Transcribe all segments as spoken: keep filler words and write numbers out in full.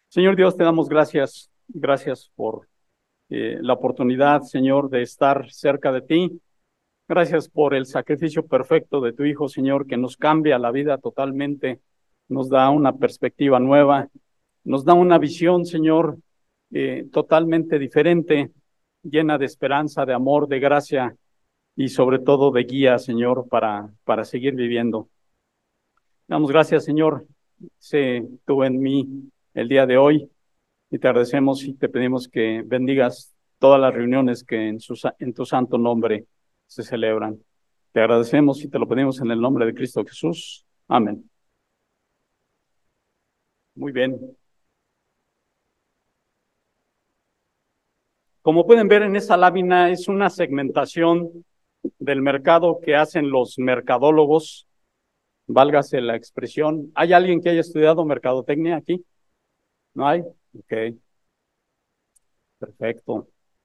Señor Dios, te damos gracias, gracias por eh, la oportunidad, Señor, de estar cerca de ti. Gracias por el sacrificio perfecto de tu Hijo, Señor, que nos cambia la vida totalmente, nos da una perspectiva nueva, nos da una visión, Señor, eh, totalmente diferente, llena de esperanza, de amor, de gracia y sobre todo de guía, Señor, para, para seguir viviendo. Damos gracias, Señor, sé tú en mí el día de hoy. Y te agradecemos y te pedimos que bendigas todas las reuniones que en, su, en tu santo nombre se celebran. Te agradecemos y te lo pedimos en el nombre de Cristo Jesús. Amén. Muy bien. Como pueden ver en esa lámina, es una segmentación del mercado que hacen los mercadólogos, válgase la expresión. ¿Hay alguien que haya estudiado mercadotecnia aquí? ¿No hay? Ok, perfecto.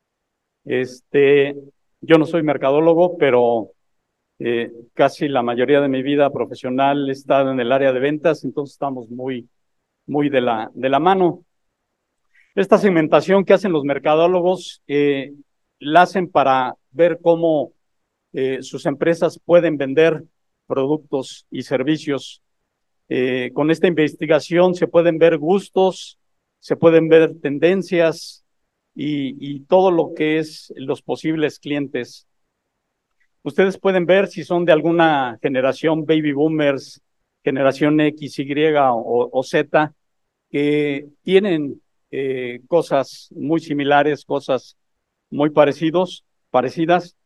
Este, yo no soy mercadólogo, pero Eh, casi la mayoría de mi vida profesional he estado en el área de ventas, entonces estamos muy, muy de la, de la mano. Esta segmentación que hacen los mercadólogos eh, la hacen para ver cómo eh, sus empresas pueden vender productos y servicios. Eh, con esta investigación se pueden ver gustos, se pueden ver tendencias y, y todo lo que es los posibles clientes. Ustedes pueden ver si son de alguna generación baby boomers, generación X, Y o, o Z, que tienen eh, cosas muy similares, cosas muy parecidos, parecidas.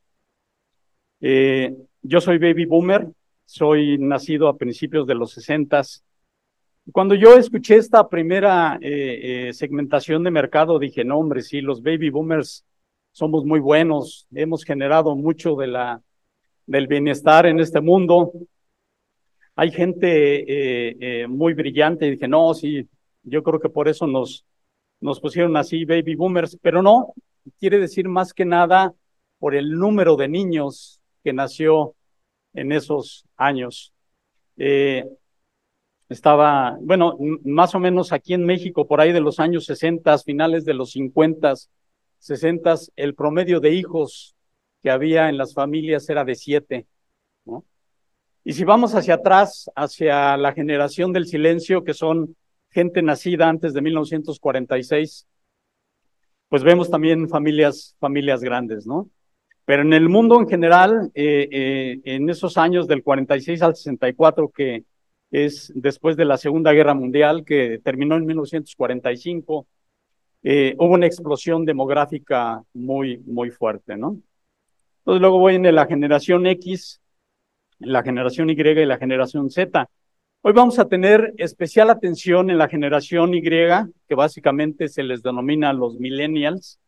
Eh, yo soy baby boomer, soy nacido a principios de los sesentas. Cuando yo escuché esta primera eh, eh, segmentación de mercado, dije, no, hombre, sí, los baby boomers somos muy buenos, hemos generado mucho de la del bienestar en este mundo. Hay gente eh, eh, muy brillante y dije, no, sí, yo creo que por eso nos, nos pusieron así baby boomers, pero no, quiere decir más que nada por el número de niños que nació en esos años. Eh, estaba, bueno, más o menos aquí en México, por ahí de los años sesenta, finales de los cincuenta, sesenta, el promedio de hijos que había en las familias era de siete, ¿no? Y si vamos hacia atrás, hacia la generación del silencio, que son gente nacida antes de mil novecientos cuarenta y seis, pues vemos también familias, familias grandes, ¿no? Pero en el mundo en general, eh, eh, en esos años del cuarenta y seis al sesenta y cuatro, que es después de la Segunda Guerra Mundial, que terminó en mil novecientos cuarenta y cinco, eh, hubo una explosión demográfica muy, muy fuerte, ¿no? Entonces luego voy en la generación X, la generación Y y la generación Z. Hoy vamos a tener especial atención en la generación Y, que básicamente se les denomina los millennials,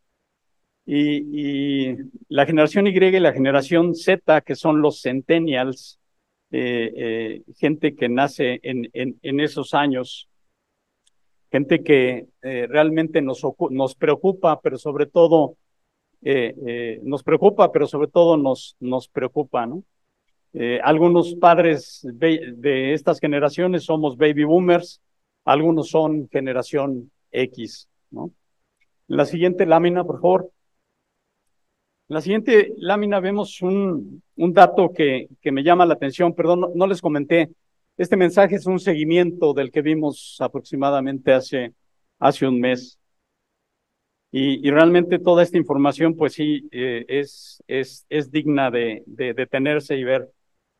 y, y la generación Y y la generación Z, que son los centennials, eh, eh, gente que nace en, en, en esos años, gente que eh, realmente nos, nos preocupa, pero sobre todo eh, eh, nos preocupa, pero sobre todo nos, nos preocupa, ¿no? Eh, algunos padres de, de estas generaciones somos baby boomers, algunos son generación X, ¿no? La siguiente lámina, por favor. En la siguiente lámina vemos un, un dato que, que me llama la atención, perdón, no, no les comenté. Este mensaje es un seguimiento del que vimos aproximadamente hace, hace un mes. Y, y realmente toda esta información, pues sí, eh, es, es, es digna de, de detenerse y ver.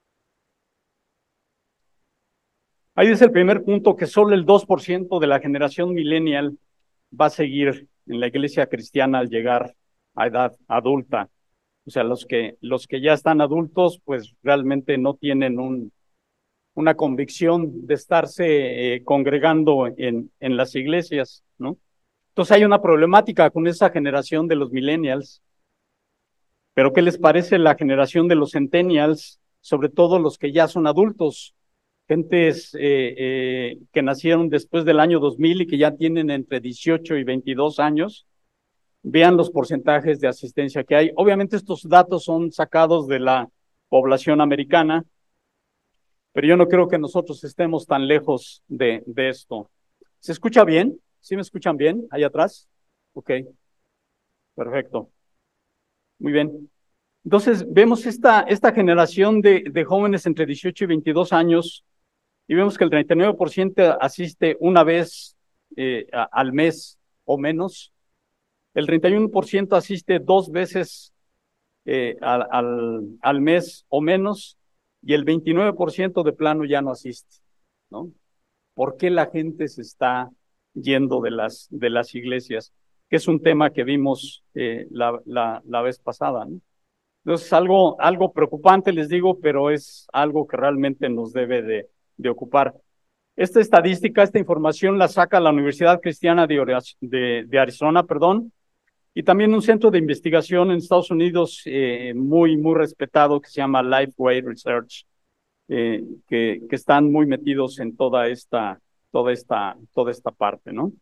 Ahí es el primer punto, que solo el dos por ciento de la generación millennial va a seguir en la iglesia cristiana al llegar a edad adulta. O sea, los que, los que ya están adultos, pues realmente no tienen un, una convicción de estarse eh, congregando en, en las iglesias, ¿no? Entonces hay una problemática con esa generación de los millennials. Pero ¿qué les parece la generación de los centennials, sobre todo los que ya son adultos? Gentes eh, eh, que nacieron después del año dos mil y que ya tienen entre dieciocho y veintidós años. Vean los porcentajes de asistencia que hay. Obviamente estos datos son sacados de la población americana, pero yo no creo que nosotros estemos tan lejos de, de esto. ¿Se escucha bien? ¿Sí me escuchan bien allá atrás? Ok, perfecto. Muy bien. Entonces, vemos esta, esta generación de, de jóvenes entre dieciocho y veintidós años y vemos que el treinta y nueve por ciento asiste una vez eh, a, al mes o menos. El treinta y uno por ciento asiste dos veces eh, al, al, al mes o menos y el veintinueve por ciento de plano ya no asiste, ¿no? ¿Por qué la gente se está yendo de las, de las iglesias? Que es un tema que vimos eh, la, la, la vez pasada, ¿no? Entonces, algo, algo preocupante, les digo, pero es algo que realmente nos debe de, de ocupar. Esta estadística, esta información la saca la Universidad Cristiana de, de, de Arizona, perdón, y también un centro de investigación en Estados Unidos eh, muy, muy respetado que se llama Lifeway Research, eh, que, que están muy metidos en toda esta, toda esta, toda esta parte, ¿no?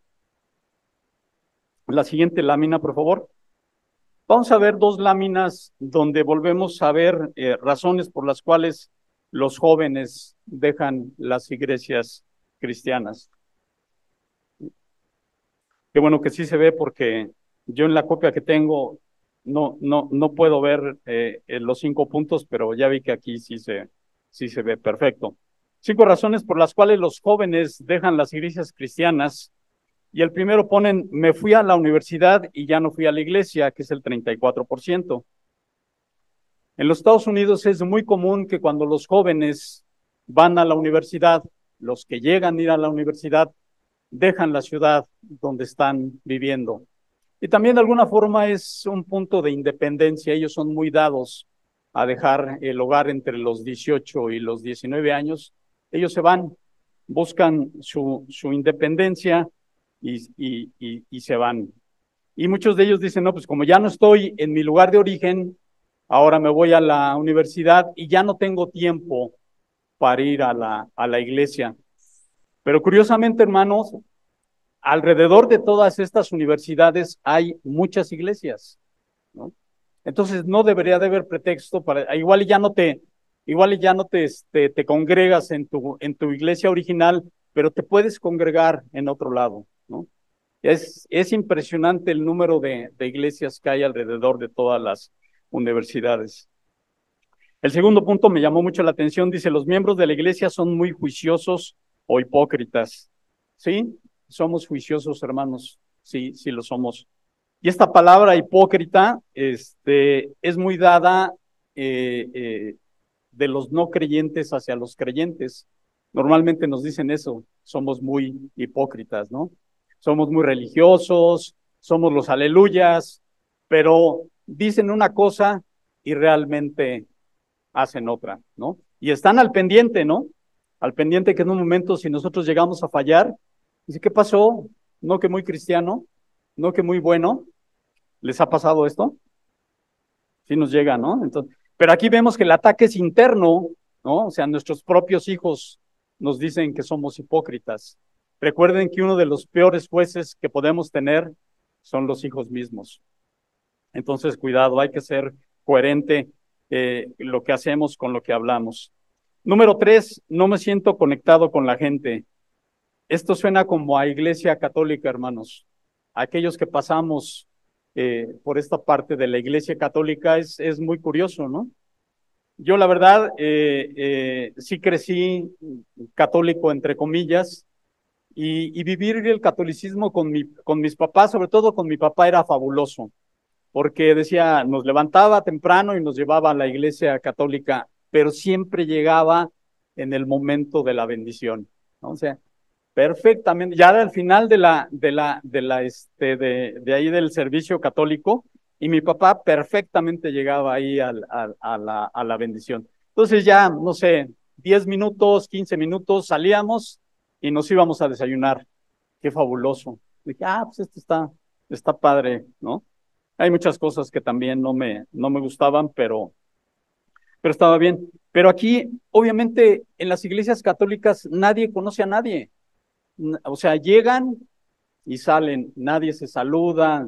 La siguiente lámina, por favor. Vamos a ver dos láminas donde volvemos a ver eh, razones por las cuales los jóvenes dejan las iglesias cristianas. Qué bueno que sí se ve porque yo en la copia que tengo no, no, no puedo ver eh, los cinco puntos, pero ya vi que aquí sí se, sí se ve perfecto. Cinco razones por las cuales los jóvenes dejan las iglesias cristianas. Y el primero ponen, me fui a la universidad y ya no fui a la iglesia, que es el treinta y cuatro por ciento. En los Estados Unidos es muy común que cuando los jóvenes van a la universidad, los que llegan a ir a la universidad, dejan la ciudad donde están viviendo. Y también de alguna forma es un punto de independencia. Ellos son muy dados a dejar el hogar entre los dieciocho y los diecinueve años. Ellos se van, buscan su, su independencia y, y, y, y se van. Y muchos de ellos dicen, no, pues como ya no estoy en mi lugar de origen, ahora me voy a la universidad y ya no tengo tiempo para ir a la, a la iglesia. Pero curiosamente, hermanos, alrededor de todas estas universidades hay muchas iglesias, ¿no? Entonces no debería de haber pretexto para, igual ya no te, igual ya no te, este, te congregas en tu, en tu iglesia original, pero te puedes congregar en otro lado, ¿no? Es, es impresionante el número de, de iglesias que hay alrededor de todas las universidades. El segundo punto me llamó mucho la atención, dice, los miembros de la iglesia son muy juiciosos o hipócritas. ¿Sí? Somos juiciosos, hermanos. Sí, sí lo somos. Y esta palabra hipócrita este, es muy dada eh, eh, de los no creyentes hacia los creyentes. Normalmente nos dicen eso, somos muy hipócritas, ¿no? Somos muy religiosos, somos los aleluyas, pero dicen una cosa y realmente hacen otra, ¿no? Y están al pendiente, ¿no? Al pendiente que en un momento si nosotros llegamos a fallar, dice, ¿qué pasó? No que muy cristiano, no que muy bueno. ¿Les ha pasado esto? Sí nos llega, ¿no? Entonces, pero aquí vemos que el ataque es interno, ¿no? O sea, nuestros propios hijos nos dicen que somos hipócritas. Recuerden que uno de los peores jueces que podemos tener son los hijos mismos. Entonces, cuidado, hay que ser coherente eh, lo que hacemos con lo que hablamos. Número tres, no me siento conectado con la gente. Esto suena como a iglesia católica, hermanos. Aquellos que pasamos eh, por esta parte de la iglesia católica es, es muy curioso, ¿no? Yo la verdad eh, eh, sí crecí católico, entre comillas, y, y vivir el catolicismo con, mi, con mis papás, sobre todo con mi papá, era fabuloso porque decía, nos levantaba temprano y nos llevaba a la iglesia católica, pero siempre llegaba en el momento de la bendición, ¿no? O sea, perfectamente, ya era al final de la, de la, de la, este, de, de ahí del servicio católico, y mi papá perfectamente llegaba ahí al, al, a, la, a la bendición. Entonces ya, no sé, diez minutos, quince minutos, salíamos y nos íbamos a desayunar. Qué fabuloso. Dije, ah, pues esto está, está padre, ¿no? Hay muchas cosas que también no me, no me gustaban, pero, pero estaba bien. Pero aquí, obviamente, en las iglesias católicas nadie conoce a nadie. O sea, llegan y salen, nadie se saluda.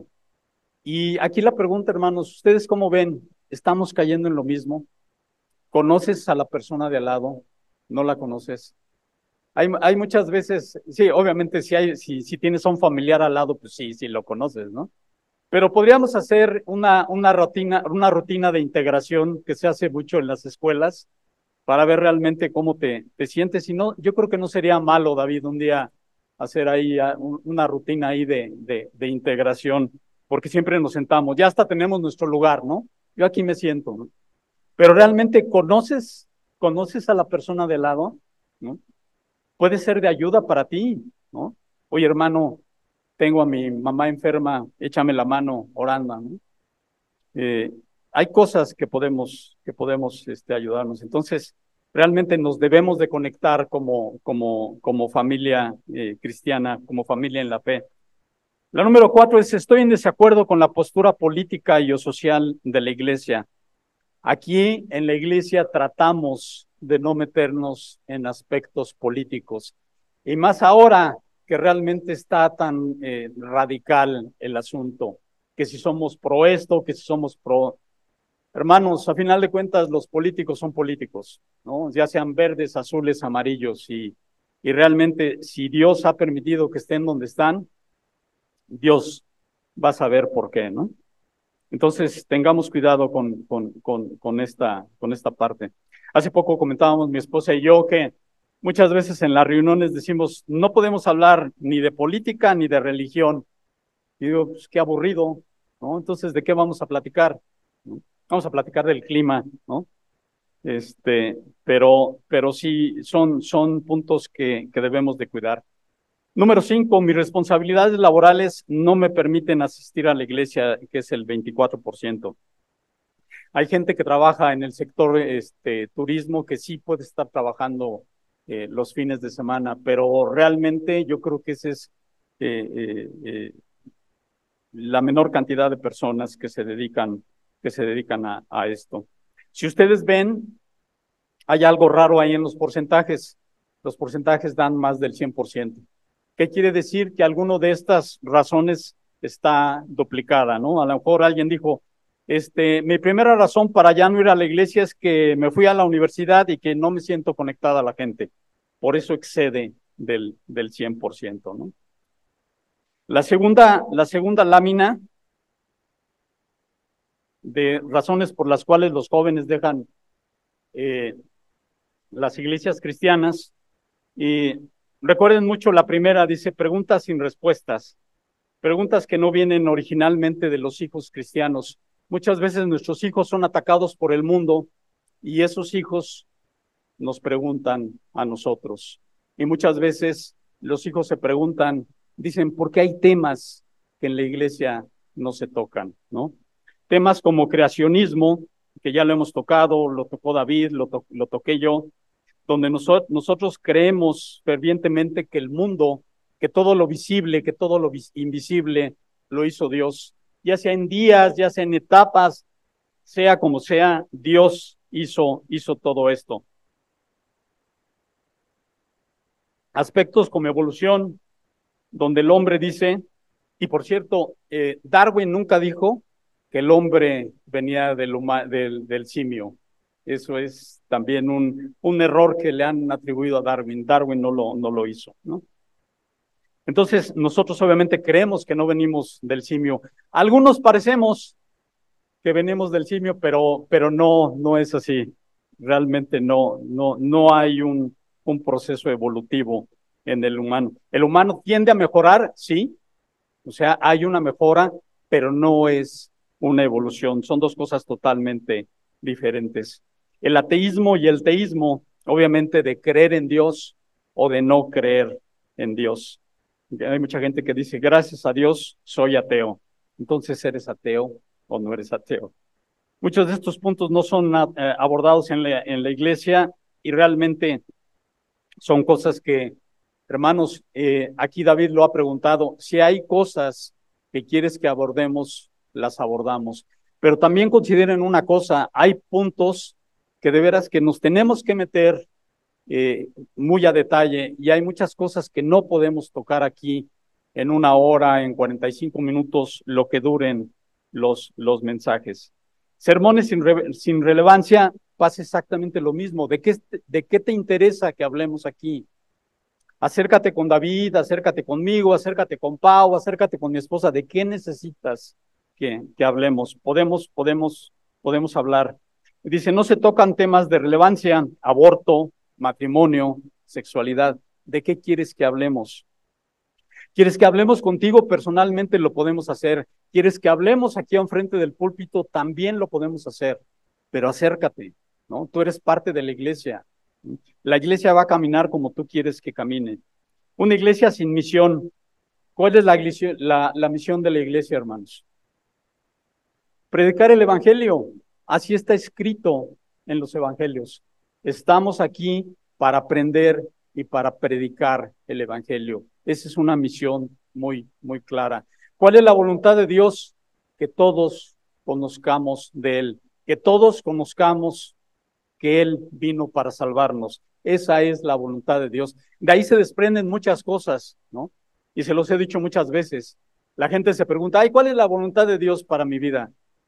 Y aquí la pregunta, hermanos, ¿ustedes cómo ven? ¿Estamos cayendo en lo mismo? ¿Conoces a la persona de al lado? ¿No la conoces? Hay, hay muchas veces, sí, obviamente si hay, si, si tienes a un familiar al lado, pues sí, sí lo conoces, ¿no? Pero podríamos hacer una, una rutina, una rutina de integración que se hace mucho en las escuelas para ver realmente cómo te, te sientes. Y no, yo creo que no sería malo, David, un día hacer ahí ah, un- una rutina ahí de, de, de integración, porque siempre nos sentamos, ya hasta tenemos nuestro lugar, ¿no? Yo aquí me siento, ¿no? Pero realmente conoces, conoces a la persona de lado, ¿no? Puede ser de ayuda para ti, ¿no? Oye, hermano, tengo a mi mamá enferma, échame la mano orando, ¿no? Eh, Hay cosas que podemos, que podemos este, ayudarnos. Entonces, realmente nos debemos de conectar como, como, como familia eh, cristiana, como familia en la fe. La número cuatro es, estoy en desacuerdo con la postura política y o social de la iglesia. Aquí en la iglesia tratamos de no meternos en aspectos políticos. Y más ahora que realmente está tan eh, radical el asunto, que si somos pro esto, que si somos pro. Hermanos, a final de cuentas, los políticos son políticos, ¿no? Ya sean verdes, azules, amarillos, y, y realmente, si Dios ha permitido que estén donde están, Dios va a saber por qué, ¿no? Entonces, tengamos cuidado con, con, con, con esta, con esta parte. Hace poco comentábamos mi esposa y yo que muchas veces en las reuniones decimos, no podemos hablar ni de política ni de religión. Y digo, pues qué aburrido, ¿no? Entonces, ¿de qué vamos a platicar? ¿No? Vamos a platicar del clima, ¿no? Este, pero, pero sí son, son puntos que, que debemos de cuidar. Número cinco, mis responsabilidades laborales no me permiten asistir a la iglesia, que es el veinticuatro por ciento. Hay gente que trabaja en el sector este, turismo que sí puede estar trabajando eh, los fines de semana, pero realmente yo creo que esa es eh, eh, eh, la menor cantidad de personas que se dedican, que se dedican a, a esto. Si ustedes ven, hay algo raro ahí en los porcentajes. Los porcentajes dan más del cien por ciento. ¿Qué quiere decir? Que alguno de estas razones está duplicada, ¿no? A lo mejor alguien dijo, este, mi primera razón para ya no ir a la iglesia es que me fui a la universidad y que no me siento conectada a la gente. Por eso excede del, del cien por ciento, ¿no? La segunda, la segunda lámina de razones por las cuales los jóvenes dejan eh, las iglesias cristianas. Y recuerden mucho la primera, dice preguntas sin respuestas, preguntas que no vienen originalmente de los hijos cristianos. Muchas veces nuestros hijos son atacados por el mundo y esos hijos nos preguntan a nosotros. Y muchas veces los hijos se preguntan, dicen, ¿por qué hay temas que en la iglesia no se tocan, ¿no? Temas como creacionismo, que ya lo hemos tocado, lo tocó David, lo, to lo toqué yo, donde nosotros, nosotros creemos fervientemente que el mundo, que todo lo visible, que todo lo invisible lo hizo Dios, ya sea en días, ya sea en etapas, sea como sea, Dios hizo, hizo todo esto. Aspectos como evolución, donde el hombre dice, y por cierto, eh, Darwin nunca dijo que el hombre venía del, del, del simio. Eso es también un, un error que le han atribuido a Darwin. Darwin no lo, no lo hizo, ¿no? Entonces, nosotros obviamente creemos que no venimos del simio. Algunos parecemos que venimos del simio, pero, pero no, no es así. Realmente no, no, no hay un, un proceso evolutivo en el humano. El humano tiende a mejorar, sí, o sea, hay una mejora, pero no es una evolución. Son dos cosas totalmente diferentes. El ateísmo y el teísmo, obviamente, de creer en Dios o de no creer en Dios. Hay mucha gente que dice, gracias a Dios, soy ateo. Entonces, ¿eres ateo o no eres ateo? Muchos de estos puntos no son eh, abordados en la, en la iglesia y realmente son cosas que, hermanos, eh, aquí David lo ha preguntado, si hay cosas que quieres que abordemos, las abordamos. Pero también consideren una cosa, hay puntos que de veras que nos tenemos que meter eh, muy a detalle y hay muchas cosas que no podemos tocar aquí en una hora, en cuarenta y cinco minutos, lo que duren los, los mensajes. Sermones sin, re, sin relevancia, pasa exactamente lo mismo. ¿De qué, ¿De qué te interesa que hablemos aquí? Acércate con David, acércate conmigo, acércate con Pau, acércate con mi esposa. ¿De qué necesitas que, que hablemos? Podemos, podemos, podemos hablar. Dice, no se tocan temas de relevancia, aborto, matrimonio, sexualidad. ¿De qué quieres que hablemos? ¿Quieres que hablemos contigo personalmente? Lo podemos hacer. ¿Quieres que hablemos aquí enfrente del púlpito? También lo podemos hacer. Pero acércate, ¿no? Tú eres parte de la iglesia. La iglesia va a caminar como tú quieres que camine. Una iglesia sin misión. ¿Cuál es la, iglesia, la, la misión de la iglesia, hermanos? Predicar el evangelio. Así está escrito en los evangelios. Estamos aquí para aprender y para predicar el evangelio. Esa es una misión muy, muy clara. ¿Cuál es la voluntad de Dios? Que todos conozcamos de Él, que todos conozcamos que Él vino para salvarnos. Esa es la voluntad de Dios. De ahí se desprenden muchas cosas, ¿no? Y se los he dicho muchas veces. La gente se pregunta, ay, ¿cuál es la voluntad de Dios para mi vida?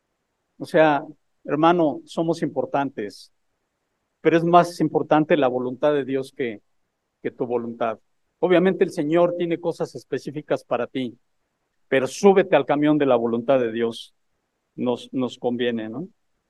O sea, hermano, somos importantes, pero es más importante la voluntad de Dios que, que tu voluntad. Obviamente el Señor tiene cosas específicas para ti, pero súbete al camión de la voluntad de Dios. Nos, nos conviene, ¿no?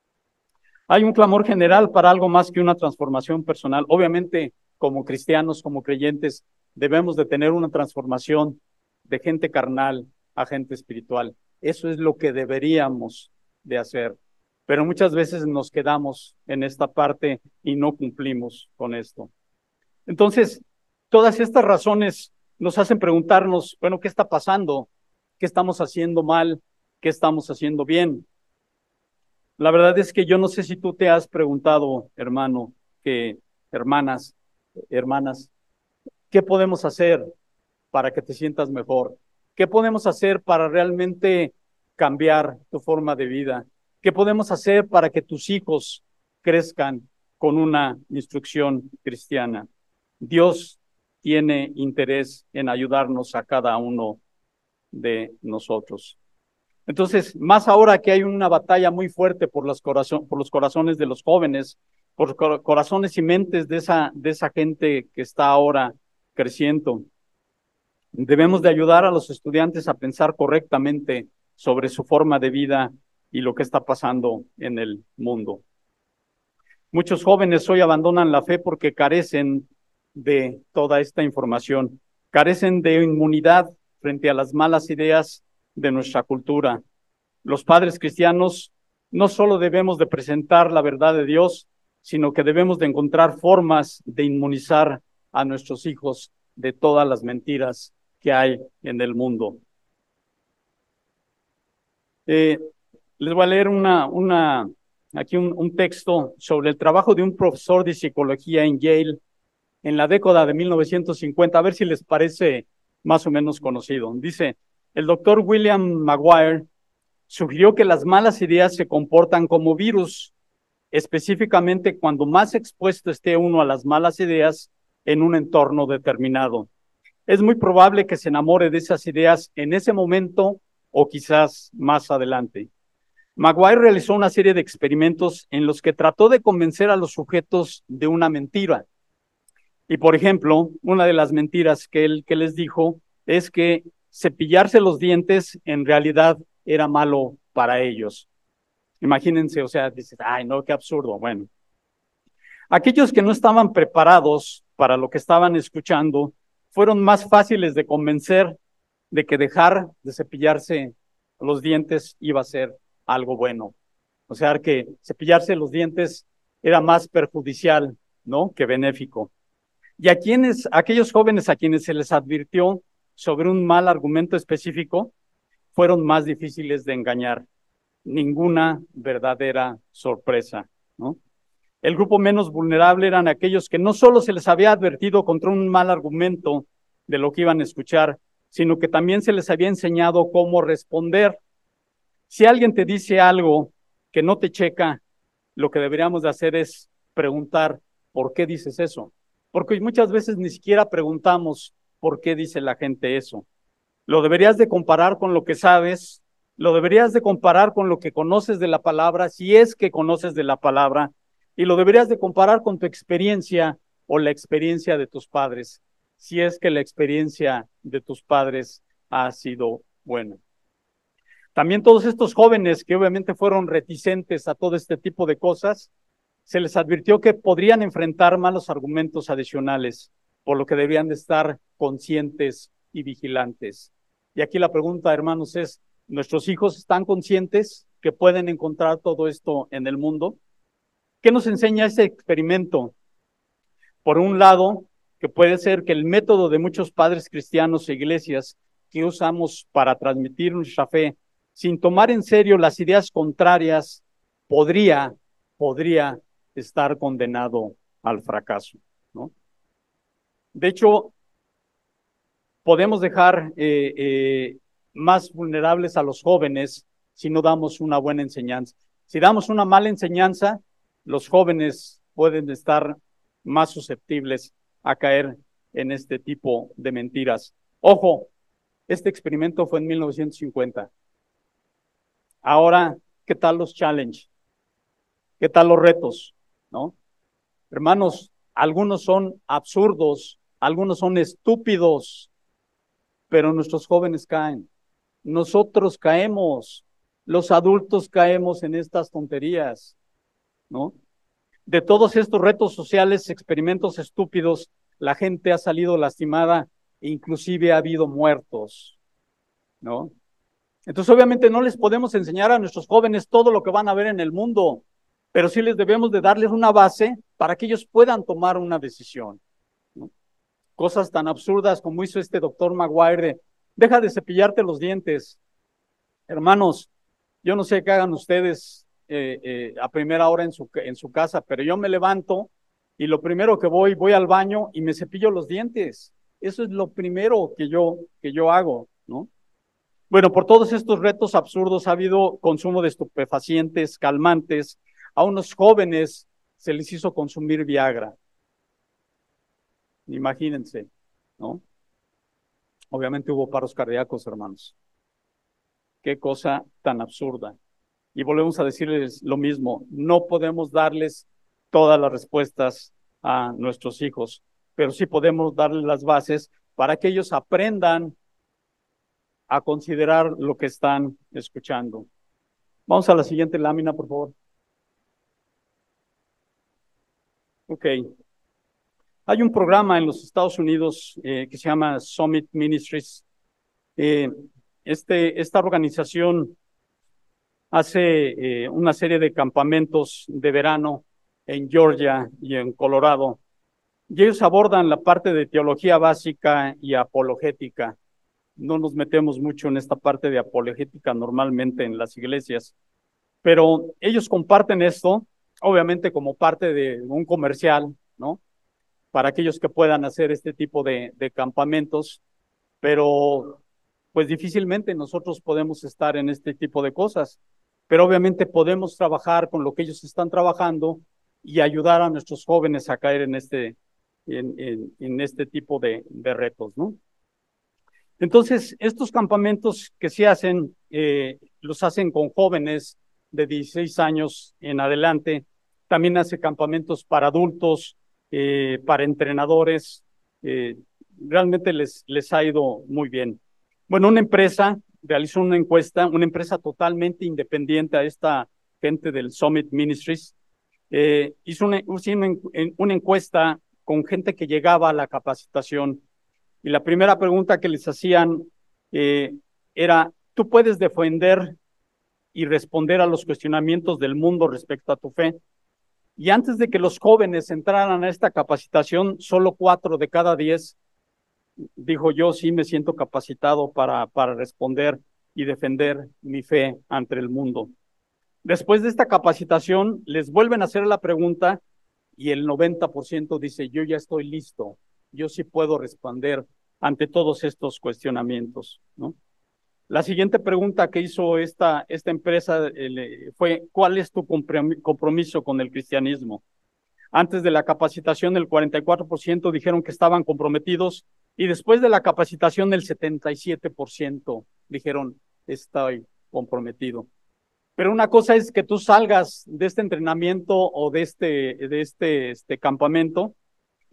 Hay un clamor general para algo más que una transformación personal. Obviamente, como cristianos, como creyentes, debemos de tener una transformación de gente carnal a gente espiritual. Eso es lo que deberíamos de hacer. Pero muchas veces nos quedamos en esta parte y no cumplimos con esto. Entonces, todas estas razones nos hacen preguntarnos, bueno, ¿qué está pasando? ¿Qué estamos haciendo mal? ¿Qué estamos haciendo bien? La verdad es que yo no sé si tú te has preguntado, hermano, que hermanas, hermanas, ¿qué podemos hacer para que te sientas mejor? ¿Qué podemos hacer para realmente cambiar tu forma de vida? ¿Qué podemos hacer para que tus hijos crezcan con una instrucción cristiana? Dios tiene interés en ayudarnos a cada uno de nosotros. Entonces, más ahora que hay una batalla muy fuerte por, las corazón, por los corazones de los jóvenes, por cor corazones y mentes de esa, de esa gente que está ahora creciendo. Debemos de ayudar a los estudiantes a pensar correctamente sobre su forma de vida y lo que está pasando en el mundo. Muchos jóvenes hoy abandonan la fe porque carecen de toda esta información, carecen de inmunidad frente a las malas ideas de nuestra cultura. Los padres cristianos no solo debemos de presentar la verdad de Dios, sino que debemos de encontrar formas de inmunizar a nuestros hijos de todas las mentiras que hay en el mundo. Eh, les voy a leer una, una, aquí un, un texto sobre el trabajo de un profesor de psicología en Yale en la década de mil novecientos cincuenta, a ver si les parece más o menos conocido. Dice, el doctor William Maguire sugirió que las malas ideas se comportan como virus, específicamente cuando más expuesto esté uno a las malas ideas en un entorno determinado. Es muy probable que se enamore de esas ideas en ese momento o quizás más adelante. Maguire realizó una serie de experimentos en los que trató de convencer a los sujetos de una mentira. Y, por ejemplo, una de las mentiras que él que les dijo es que cepillarse los dientes en realidad era malo para ellos. Imagínense, o sea, dices, ay, no, qué absurdo. Bueno, aquellos que no estaban preparados para lo que estaban escuchando fueron más fáciles de convencer de que dejar de cepillarse los dientes iba a ser algo bueno. O sea, que cepillarse los dientes era más perjudicial, ¿no?, que benéfico. Y a quienes, aquellos jóvenes a quienes se les advirtió sobre un mal argumento específico, fueron más difíciles de engañar. Ninguna verdadera sorpresa, ¿no? El grupo menos vulnerable eran aquellos que no solo se les había advertido contra un mal argumento de lo que iban a escuchar, sino que también se les había enseñado cómo responder. Si alguien te dice algo que no te checa, lo que deberíamos de hacer es preguntar, ¿por qué dices eso? Porque muchas veces ni siquiera preguntamos por qué dice la gente eso. Lo deberías de comparar con lo que sabes, lo deberías de comparar con lo que conoces de la palabra, si es que conoces de la palabra, y lo deberías de comparar con tu experiencia o la experiencia de tus padres. si es que la experiencia de tus padres ha sido buena. También todos estos jóvenes que obviamente fueron reticentes a todo este tipo de cosas, se les advirtió que podrían enfrentar malos argumentos adicionales, por lo que deberían de estar conscientes y vigilantes. Y aquí la pregunta, hermanos, es, ¿nuestros hijos están conscientes que pueden encontrar todo esto en el mundo? ¿Qué nos enseña ese experimento? Por un lado, que puede ser que el método de muchos padres cristianos e iglesias que usamos para transmitir nuestra fe, sin tomar en serio las ideas contrarias, podría, podría estar condenado al fracaso, ¿no? De hecho, podemos dejar eh, eh, más vulnerables a los jóvenes si no damos una buena enseñanza. Si damos una mala enseñanza, los jóvenes pueden estar más susceptibles a caer en este tipo de mentiras. Ojo, este experimento fue en mil novecientos cincuenta. Ahora, ¿qué tal los challenge? ¿Qué tal los retos? ¿No? Hermanos, algunos son absurdos, algunos son estúpidos, pero nuestros jóvenes caen. Nosotros caemos, los adultos caemos en estas tonterías, ¿no? De todos estos retos sociales, experimentos estúpidos, la gente ha salido lastimada e inclusive ha habido muertos, ¿no? Entonces, obviamente no les podemos enseñar a nuestros jóvenes todo lo que van a ver en el mundo, pero sí les debemos de darles una base para que ellos puedan tomar una decisión, ¿no? Cosas tan absurdas como hizo este doctor Maguire de, deja de cepillarte los dientes. Hermanos, yo no sé qué hagan ustedes eh, eh, a primera hora en su, en su casa, pero yo me levanto y lo primero que voy, voy al baño y me cepillo los dientes. Eso es lo primero que yo, que yo hago, ¿no? Bueno, por todos estos retos absurdos ha habido consumo de estupefacientes, calmantes. A unos jóvenes se les hizo consumir Viagra. Imagínense, ¿no? Obviamente hubo paros cardíacos, hermanos. Qué cosa tan absurda. Y volvemos a decirles lo mismo, no podemos darles todas las respuestas a nuestros hijos, pero sí podemos darles las bases para que ellos aprendan a considerar lo que están escuchando. Vamos a la siguiente lámina, por favor. Ok. Hay un programa en los Estados Unidos eh, que se llama Summit Ministries. Eh, este, esta organización hace eh, una serie de campamentos de verano en Georgia y en Colorado. Y ellos abordan la parte de teología básica y apologética. No nos metemos mucho en esta parte de apologética normalmente en las iglesias, pero ellos comparten esto, obviamente como parte de un comercial, ¿no? Para aquellos que puedan hacer este tipo de, de campamentos, pero pues difícilmente nosotros podemos estar en este tipo de cosas, pero obviamente podemos trabajar con lo que ellos están trabajando y ayudar a nuestros jóvenes a caer en este, en, en, en este tipo de, de retos, ¿no? Entonces, estos campamentos que se hacen, eh, los hacen con jóvenes de dieciséis años en adelante. También hace campamentos para adultos, eh, para entrenadores. Eh, realmente les, les ha ido muy bien. Bueno, una empresa realizó una encuesta, una empresa totalmente independiente a esta gente del Summit Ministries. Eh, hizo una, una encuesta con gente que llegaba a la capacitación. Y la primera pregunta que les hacían eh, era, ¿tú puedes defender y responder a los cuestionamientos del mundo respecto a tu fe? Y antes de que los jóvenes entraran a esta capacitación, solo cuatro de cada diez dijo, yo sí me siento capacitado para, para responder y defender mi fe ante el mundo. Después de esta capacitación, les vuelven a hacer la pregunta y el noventa por ciento dice, yo ya estoy listo, yo sí puedo responder ante todos estos cuestionamientos, ¿no? La siguiente pregunta que hizo esta, esta empresa eh, fue, ¿cuál es tu compromiso con el cristianismo? Antes de la capacitación, el cuarenta y cuatro por ciento dijeron que estaban comprometidos y después de la capacitación, el setenta y siete por ciento dijeron, estoy comprometido. Pero una cosa es que tú salgas de este entrenamiento o de este, de este, este campamento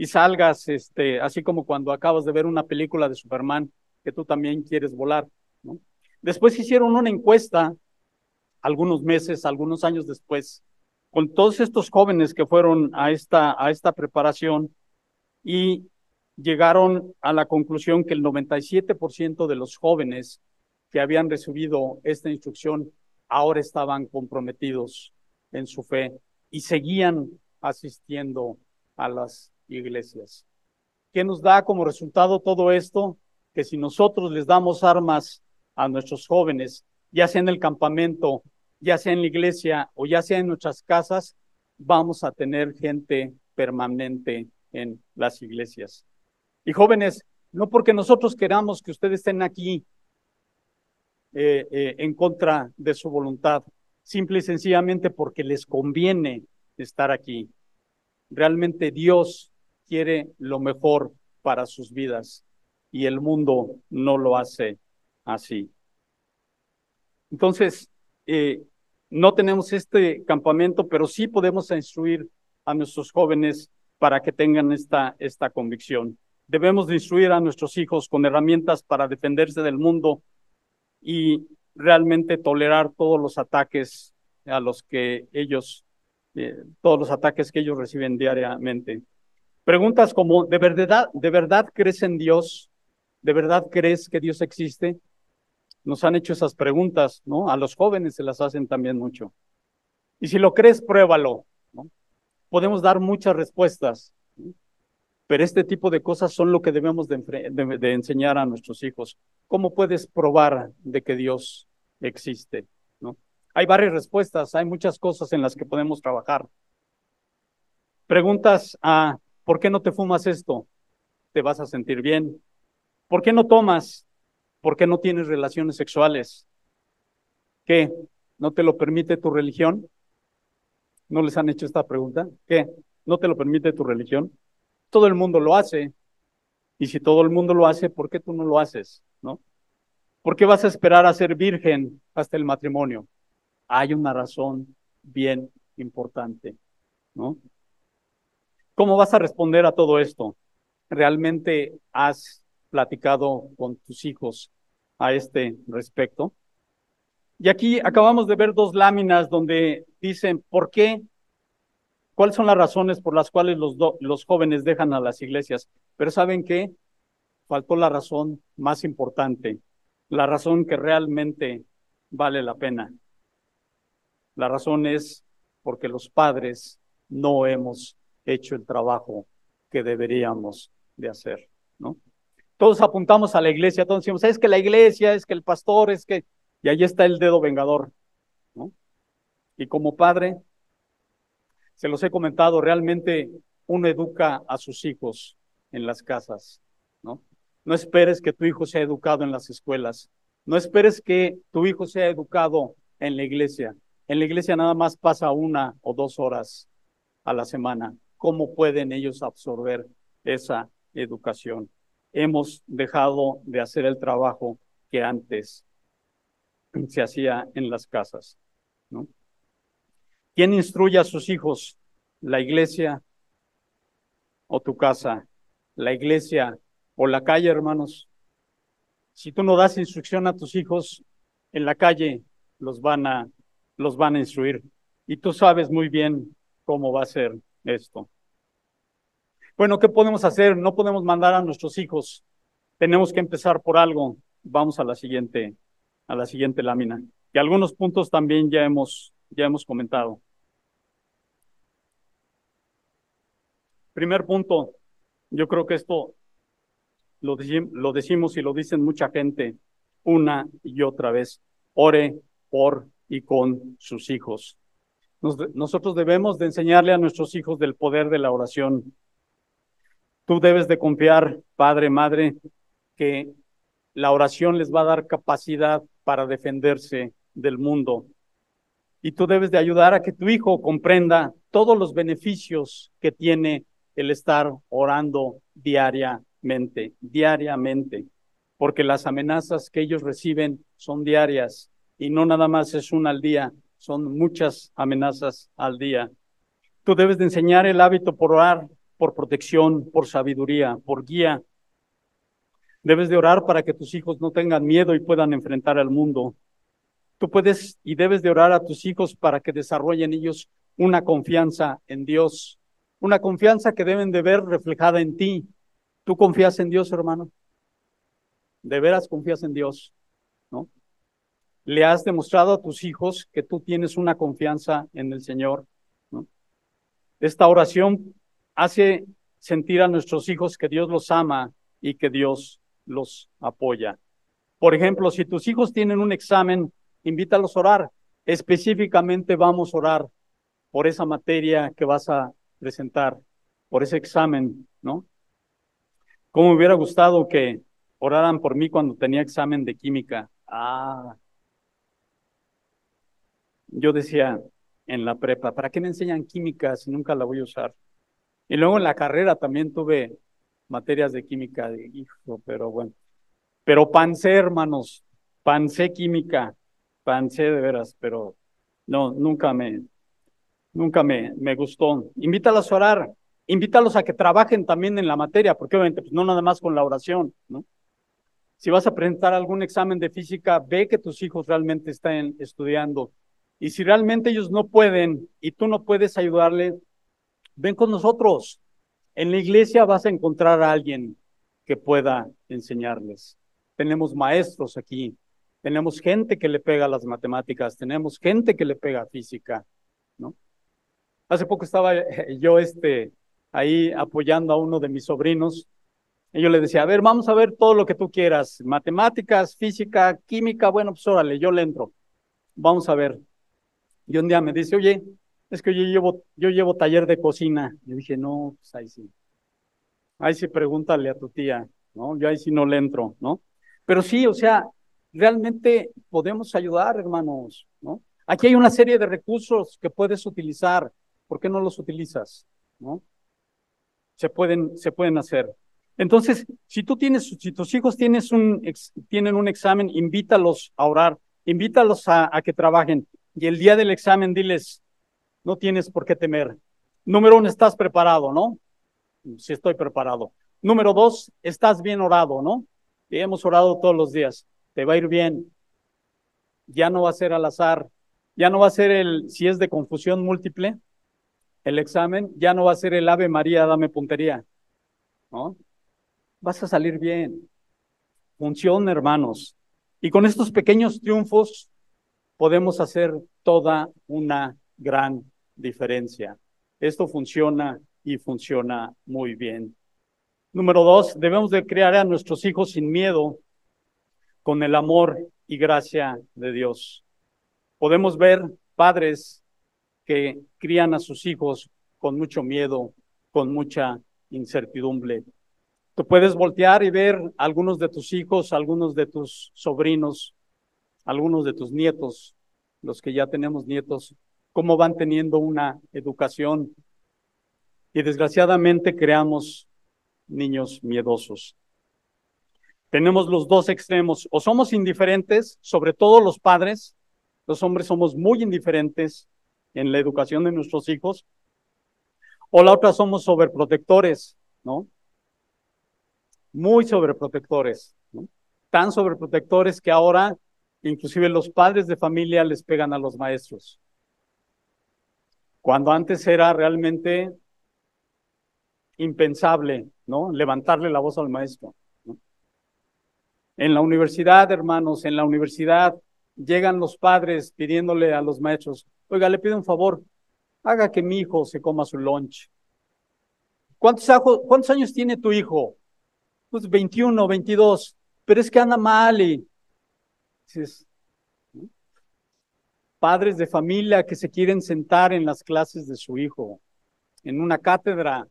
y salgas, este, así como cuando acabas de ver una película de Superman, que tú también quieres volar, ¿no? Después hicieron una encuesta, algunos meses, algunos años después, con todos estos jóvenes que fueron a esta, a esta preparación y llegaron a la conclusión que el noventa y siete por ciento de los jóvenes que habían recibido esta instrucción ahora estaban comprometidos en su fe y seguían asistiendo a las iglesias. ¿Qué nos da como resultado todo esto? Que si nosotros les damos armas a nuestros jóvenes, ya sea en el campamento, ya sea en la iglesia o ya sea en nuestras casas, vamos a tener gente permanente en las iglesias. Y jóvenes, no porque nosotros queramos que ustedes estén aquí eh, eh, en contra de su voluntad, simple y sencillamente porque les conviene estar aquí. Realmente Dios quiere lo mejor para sus vidas y el mundo no lo hace así. Entonces, eh, no tenemos este campamento, pero sí podemos instruir a nuestros jóvenes para que tengan esta, esta convicción. Debemos de instruir a nuestros hijos con herramientas para defenderse del mundo y realmente tolerar todos los ataques a los que ellos, eh, todos los ataques que ellos reciben diariamente. Preguntas como, ¿de verdad, ¿de verdad crees en Dios? ¿De verdad crees que Dios existe? Nos han hecho esas preguntas, ¿no? A los jóvenes se las hacen también mucho. Y si lo crees, pruébalo, ¿no? Podemos dar muchas respuestas, ¿no? Pero este tipo de cosas son lo que debemos de, de, de enseñar a nuestros hijos. ¿Cómo puedes probar de que Dios existe, ¿no? Hay varias respuestas, hay muchas cosas en las que podemos trabajar. Preguntas a, ¿por qué no te fumas esto? Te vas a sentir bien. ¿Por qué no tomas? ¿Por qué no tienes relaciones sexuales? ¿Qué? ¿No te lo permite tu religión? ¿No les han hecho esta pregunta? ¿Qué? ¿No te lo permite tu religión? Todo el mundo lo hace. Y si todo el mundo lo hace, ¿por qué tú no lo haces? ¿No? ¿Por qué vas a esperar a ser virgen hasta el matrimonio? Hay una razón bien importante, ¿no? ¿Cómo vas a responder a todo esto? ¿Realmente has platicado con tus hijos a este respecto? Y aquí acabamos de ver dos láminas donde dicen por qué, cuáles son las razones por las cuales los, do, los jóvenes dejan a las iglesias. Pero ¿saben qué? Faltó la razón más importante, la razón que realmente vale la pena. La razón es porque los padres no hemos hecho el trabajo que deberíamos de hacer, ¿no? Todos apuntamos a la iglesia, todos decimos, es que la iglesia, es que el pastor, es que... Y ahí está el dedo vengador, ¿no? Y como padre, se los he comentado, realmente uno educa a sus hijos en las casas, ¿no? No esperes que tu hijo sea educado en las escuelas. No esperes que tu hijo sea educado en la iglesia. En la iglesia nada más pasa una o dos horas a la semana. ¿Cómo pueden ellos absorber esa educación? Hemos dejado de hacer el trabajo que antes se hacía en las casas, ¿no? ¿Quién instruye a sus hijos? ¿La iglesia o tu casa? ¿La iglesia o la calle, hermanos? Si tú no das instrucción a tus hijos, en la calle los van a, los van a instruir. Y tú sabes muy bien cómo va a ser esto. Bueno, ¿qué podemos hacer? No podemos mandar a nuestros hijos. Tenemos que empezar por algo. Vamos a la siguiente, a la siguiente lámina. Y algunos puntos también ya hemos, ya hemos comentado. Primer punto, yo creo que esto lo, dec lo decimos y lo dicen mucha gente una y otra vez. Ore por y con sus hijos. Nos, nosotros debemos de enseñarle a nuestros hijos del poder de la oración. Tú debes de confiar, padre, madre, que la oración les va a dar capacidad para defenderse del mundo. Y tú debes de ayudar a que tu hijo comprenda todos los beneficios que tiene el estar orando diariamente, diariamente, porque las amenazas que ellos reciben son diarias y no nada más es una al día, son muchas amenazas al día. Tú debes de enseñar el hábito por orar, por protección, por sabiduría, por guía. Debes de orar para que tus hijos no tengan miedo y puedan enfrentar al mundo. Tú puedes y debes de orar a tus hijos para que desarrollen ellos una confianza en Dios, una confianza que deben de ver reflejada en ti. ¿Tú confías en Dios, hermano? ¿De veras confías en Dios? ¿No? ¿Le has demostrado a tus hijos que tú tienes una confianza en el Señor? ¿No? Esta oración hace sentir a nuestros hijos que Dios los ama y que Dios los apoya. Por ejemplo, si tus hijos tienen un examen, invítalos a orar. Específicamente vamos a orar por esa materia que vas a presentar, por ese examen, ¿no? ¿Cómo me hubiera gustado que oraran por mí cuando tenía examen de química? Ah, yo decía en la prepa, ¿para qué me enseñan química si nunca la voy a usar? Y luego en la carrera también tuve materias de química, de hijo, pero bueno. Pero pancé, hermanos, pancé química, pancé de veras, pero no, nunca me, nunca me, me gustó. Invítalos a orar, invítalos a que trabajen también en la materia, porque obviamente pues no nada más con la oración, ¿no? Si vas a presentar algún examen de física, ve que tus hijos realmente estén estudiando. Y si realmente ellos no pueden y tú no puedes ayudarle, ven con nosotros. En la iglesia vas a encontrar a alguien que pueda enseñarles. Tenemos maestros aquí, tenemos gente que le pega a las matemáticas, tenemos gente que le pega a física, ¿no? Hace poco estaba yo este, ahí apoyando a uno de mis sobrinos y yo le decía, a ver, vamos a ver todo lo que tú quieras, matemáticas, física, química, bueno, pues órale, yo le entro, vamos a ver. Y un día me dice, oye, es que yo llevo, yo llevo taller de cocina. Yo dije, no, pues ahí sí. Ahí sí pregúntale a tu tía, ¿no? Yo ahí sí no le entro, ¿no? Pero sí, o sea, realmente podemos ayudar, hermanos, ¿no? Aquí hay una serie de recursos que puedes utilizar. ¿Por qué no los utilizas? ¿No? Se pueden, se pueden hacer. Entonces, si tú tienes, si tus hijos tienes un, ex, tienen un examen, invítalos a orar, invítalos a, a que trabajen. Y el día del examen, diles, no tienes por qué temer. Número uno, estás preparado, ¿no? Si estoy preparado. Número dos, estás bien orado, ¿no? Y hemos orado todos los días. Te va a ir bien. Ya no va a ser al azar. Ya no va a ser el, si es de confusión múltiple, el examen, ya no va a ser el Ave María, dame puntería, ¿no? Vas a salir bien. Funciona, hermanos. Y con estos pequeños triunfos podemos hacer toda una gran diferencia. Esto funciona y funciona muy bien. Número dos, debemos de criar a nuestros hijos sin miedo, con el amor y gracia de Dios. Podemos ver padres que crían a sus hijos con mucho miedo, con mucha incertidumbre. Tú puedes voltear y ver a algunos de tus hijos, algunos de tus sobrinos, algunos de tus nietos, los que ya tenemos nietos, cómo van teniendo una educación. Y desgraciadamente creamos niños miedosos. Tenemos los dos extremos, o somos indiferentes, sobre todo los padres, los hombres somos muy indiferentes en la educación de nuestros hijos, o la otra somos sobreprotectores, ¿no? Muy sobreprotectores, ¿no? Tan sobreprotectores que ahora inclusive los padres de familia les pegan a los maestros, cuando antes era realmente impensable, ¿no? Levantarle la voz al maestro, ¿no? En la universidad, hermanos, en la universidad llegan los padres pidiéndole a los maestros, oiga, le pido un favor, haga que mi hijo se coma su lunch. ¿Cuántos, cuántos años tiene tu hijo? Pues veintiuno, veintidós, pero es que anda mal y dices, ¿no? Padres de familia que se quieren sentar en las clases de su hijo, en una cátedra,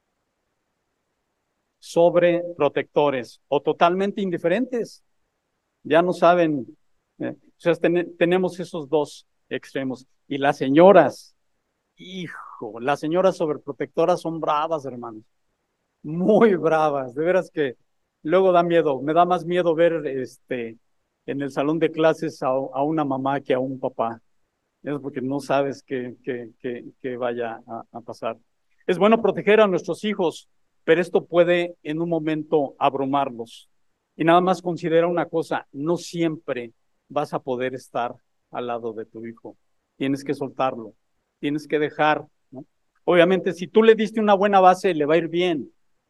sobre protectores o totalmente indiferentes. Ya no saben, eh, o sea, ten, tenemos esos dos extremos. Y las señoras, hijo, las señoras sobreprotectoras son bravas, hermanos, muy bravas, de veras que luego da miedo, me da más miedo ver este en el salón de clases a, a una mamá que a un papá, es porque no sabes qué, qué, qué, qué vaya a, a pasar. Es bueno proteger a nuestros hijos, pero esto puede en un momento abrumarlos. Y nada más considera una cosa, no siempre vas a poder estar al lado de tu hijo. Tienes que soltarlo, tienes que dejar, ¿no? Obviamente, si tú le diste una buena base, le va a ir bien.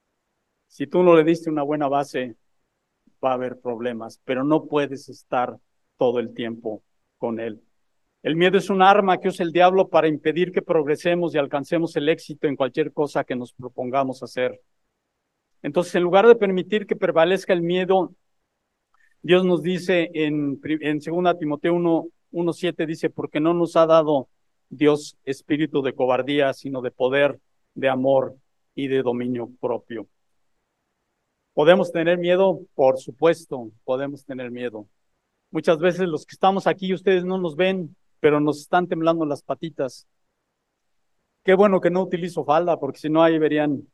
Si tú no le diste una buena base, va a haber problemas, pero no puedes estar todo el tiempo con él. El miedo es un arma que usa el diablo para impedir que progresemos y alcancemos el éxito en cualquier cosa que nos propongamos hacer. Entonces, en lugar de permitir que prevalezca el miedo, Dios nos dice en, en segunda Timoteo uno, uno siete, dice, porque no nos ha dado Dios espíritu de cobardía, sino de poder, de amor y de dominio propio. ¿Podemos tener miedo? Por supuesto, podemos tener miedo. Muchas veces los que estamos aquí, ustedes no nos ven, pero nos están temblando las patitas. Qué bueno que no utilizo falda, porque si no ahí verían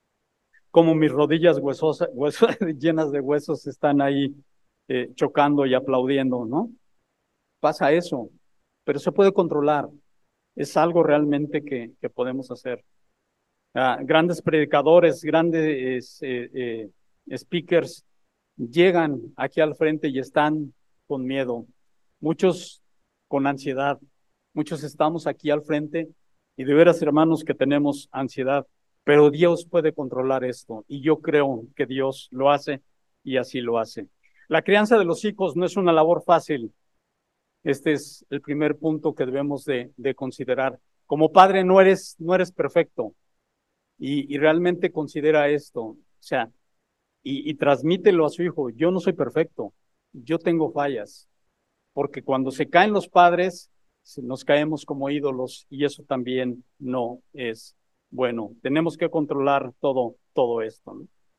cómo mis rodillas huesosas, huesos, llenas de huesos están ahí eh, chocando y aplaudiendo, ¿no? Pasa eso, pero se puede controlar. Es algo realmente que, que podemos hacer. Ah, grandes predicadores, grandes eh, eh, speakers llegan aquí al frente y están con miedo. Muchos con ansiedad. Muchos estamos aquí al frente y de veras, hermanos, que tenemos ansiedad. Pero Dios puede controlar esto y yo creo que Dios lo hace y así lo hace. La crianza de los hijos no es una labor fácil. Este es el primer punto que debemos de, de considerar. Como padre no eres, no eres perfecto y, y realmente considera esto, o sea, y, y transmítelo a su hijo. Yo no soy perfecto, yo tengo fallas, porque cuando se caen los padres, nos caemos como ídolos y eso también no es bueno. Tenemos que controlar todo, todo esto,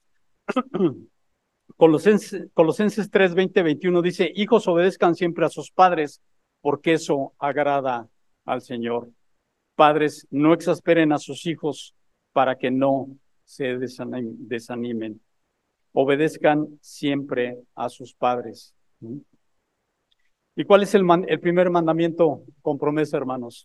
¿no? Colosenses, Colosenses tres, veinte, veintiuno dice, hijos obedezcan siempre a sus padres, porque eso agrada al Señor. Padres, no exasperen a sus hijos para que no se desanimen. Obedezcan siempre a sus padres. ¿Y cuál es el, man, el primer mandamiento con promesa, hermanos?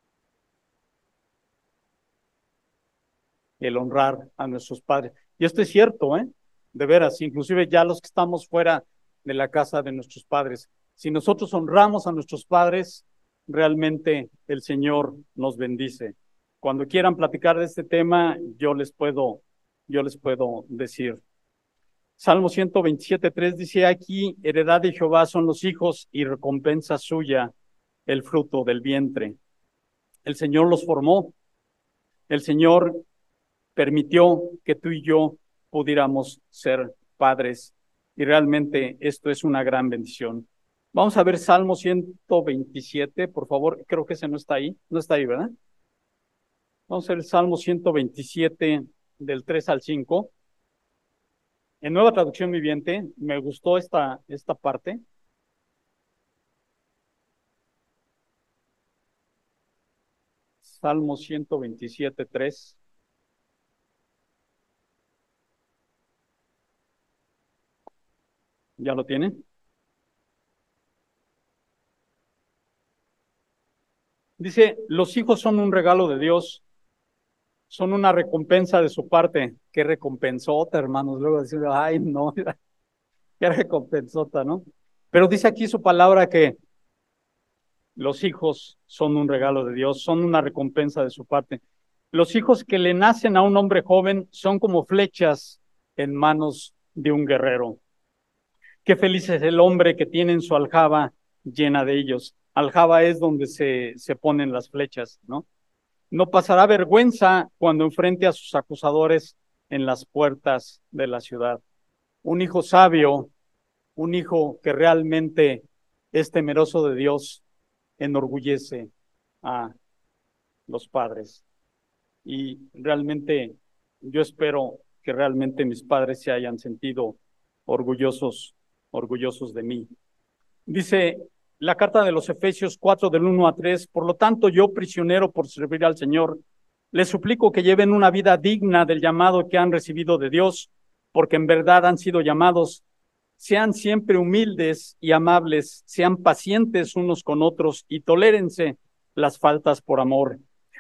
El honrar a nuestros padres. Y esto es cierto, ¿eh? De veras, inclusive ya los que estamos fuera de la casa de nuestros padres. Si nosotros honramos a nuestros padres, realmente el Señor nos bendice. Cuando quieran platicar de este tema, yo les puedo, yo les puedo decir. Salmo ciento veintisiete, tres dice, aquí heredad de Jehová son los hijos y recompensa suya el fruto del vientre. El Señor los formó. El Señor permitió que tú y yo pudiéramos ser padres y realmente esto es una gran bendición. Vamos a ver Salmo ciento veintisiete, por favor, creo que ese no está ahí, no está ahí, ¿verdad? Vamos a ver el Salmo ciento veintisiete del tres al cinco. En Nueva Traducción Viviente, me gustó esta, esta parte. Salmo ciento veintisiete, tres. ¿Ya lo tienen? Dice, los hijos son un regalo de Dios, son una recompensa de su parte. Qué recompensota, hermanos. Luego decir, ay, no, qué recompensota, ¿no? Pero dice aquí su palabra que los hijos son un regalo de Dios, son una recompensa de su parte. Los hijos que le nacen a un hombre joven son como flechas en manos de un guerrero. Qué feliz es el hombre que tiene en su aljaba llena de ellos. Aljaba es donde se, se ponen las flechas, ¿no? No pasará vergüenza cuando enfrente a sus acusadores en las puertas de la ciudad. Un hijo sabio, un hijo que realmente es temeroso de Dios, enorgullece a los padres. Y realmente yo espero que realmente mis padres se hayan sentido orgullosos, orgullosos de mí. Dice la carta de los Efesios cuatro del uno a tres, por lo tanto yo prisionero por servir al Señor, les suplico que lleven una vida digna del llamado que han recibido de Dios, porque en verdad han sido llamados. Sean siempre humildes y amables, sean pacientes unos con otros y tolérense las faltas por amor.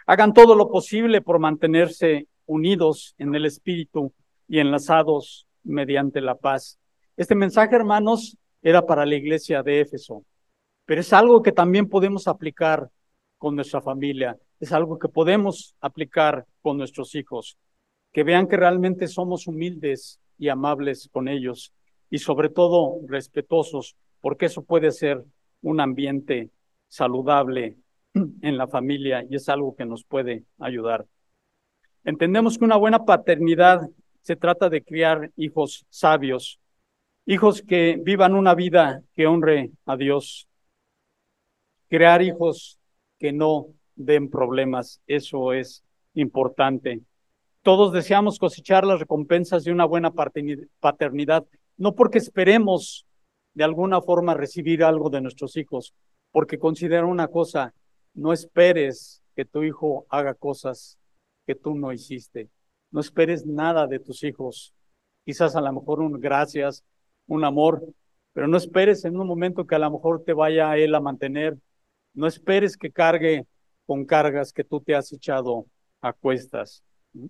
Hagan todo lo posible por mantenerse unidos en el espíritu y enlazados mediante la paz. Este mensaje, hermanos, era para la iglesia de Éfeso, pero es algo que también podemos aplicar con nuestra familia, es algo que podemos aplicar con nuestros hijos, que vean que realmente somos humildes y amables con ellos y sobre todo respetuosos, porque eso puede ser un ambiente saludable en la familia y es algo que nos puede ayudar. Entendemos que una buena paternidad se trata de criar hijos sabios, hijos que vivan una vida que honre a Dios, crear hijos que no den problemas, eso es importante. Todos deseamos cosechar las recompensas de una buena paternidad, no porque esperemos de alguna forma recibir algo de nuestros hijos, porque considera una cosa, no esperes que tu hijo haga cosas que tú no hiciste, no esperes nada de tus hijos, quizás a lo mejor un gracias, un amor, pero no esperes en un momento que a lo mejor te vaya a él a mantener, no esperes que cargue con cargas que tú te has echado a cuestas.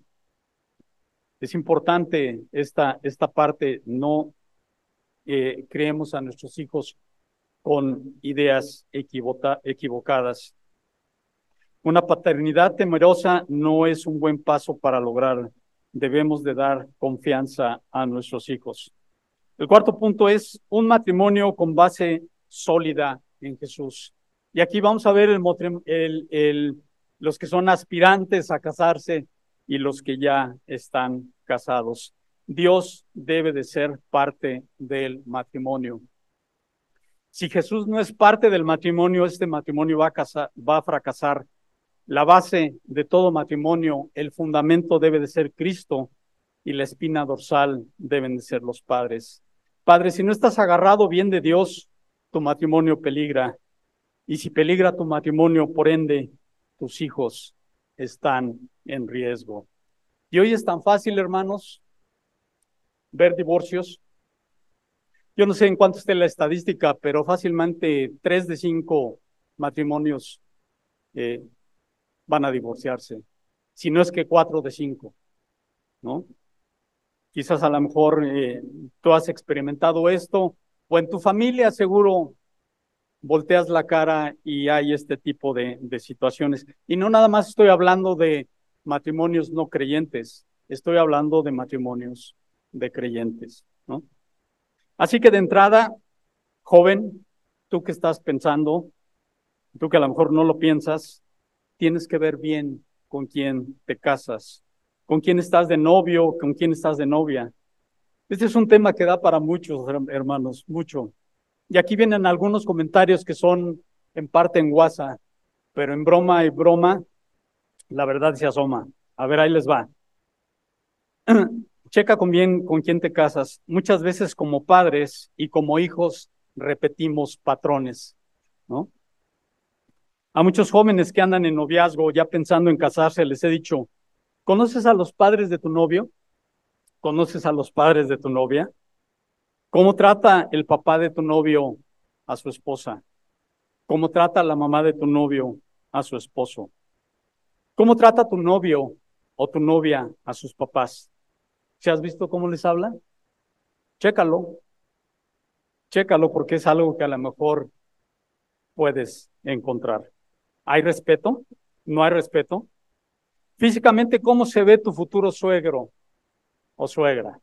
Es importante esta, esta parte, no eh, creemos a nuestros hijos con ideas equivoca, equivocadas. Una paternidad temerosa no es un buen paso para lograr. Debemos de dar confianza a nuestros hijos. El cuarto punto es un matrimonio con base sólida en Jesús. Y aquí vamos a ver el, el, el, los que son aspirantes a casarse y los que ya están casados. Dios debe de ser parte del matrimonio. Si Jesús no es parte del matrimonio, este matrimonio va a, casar, va a fracasar. La base de todo matrimonio, el fundamento debe de ser Cristo y la espina dorsal deben de ser los padres. Padre, si no estás agarrado bien de Dios, tu matrimonio peligra. Y si peligra tu matrimonio, por ende, tus hijos están en riesgo. Y hoy es tan fácil, hermanos, ver divorcios. Yo no sé en cuánto esté la estadística, pero fácilmente tres de cinco matrimonios eh, van a divorciarse. Si no es que cuatro de cinco, ¿no? Quizás a lo mejor eh, tú has experimentado esto, o en tu familia seguro volteas la cara y hay este tipo de, de situaciones. Y no nada más estoy hablando de matrimonios no creyentes, estoy hablando de matrimonios de creyentes, ¿no? Así que de entrada, joven, tú que estás pensando, tú que a lo mejor no lo piensas, tienes que ver bien con quién te casas, con quién estás de novio, con quién estás de novia. Este es un tema que da para muchos, hermanos, mucho. Y aquí vienen algunos comentarios que son en parte en guasa, pero en broma y broma, la verdad se asoma. A ver, ahí les va. Checa con bien con quién te casas. Muchas veces como padres y como hijos repetimos patrones, ¿no? A muchos jóvenes que andan en noviazgo ya pensando en casarse, les he dicho, ¿conoces a los padres de tu novio? ¿Conoces a los padres de tu novia? ¿Cómo trata el papá de tu novio a su esposa? ¿Cómo trata la mamá de tu novio a su esposo? ¿Cómo trata tu novio o tu novia a sus papás? ¿Se has visto cómo les habla? Chécalo, chécalo porque es algo que a lo mejor puedes encontrar. ¿Hay respeto? ¿No hay respeto? Físicamente, ¿cómo se ve tu futuro suegro o suegra?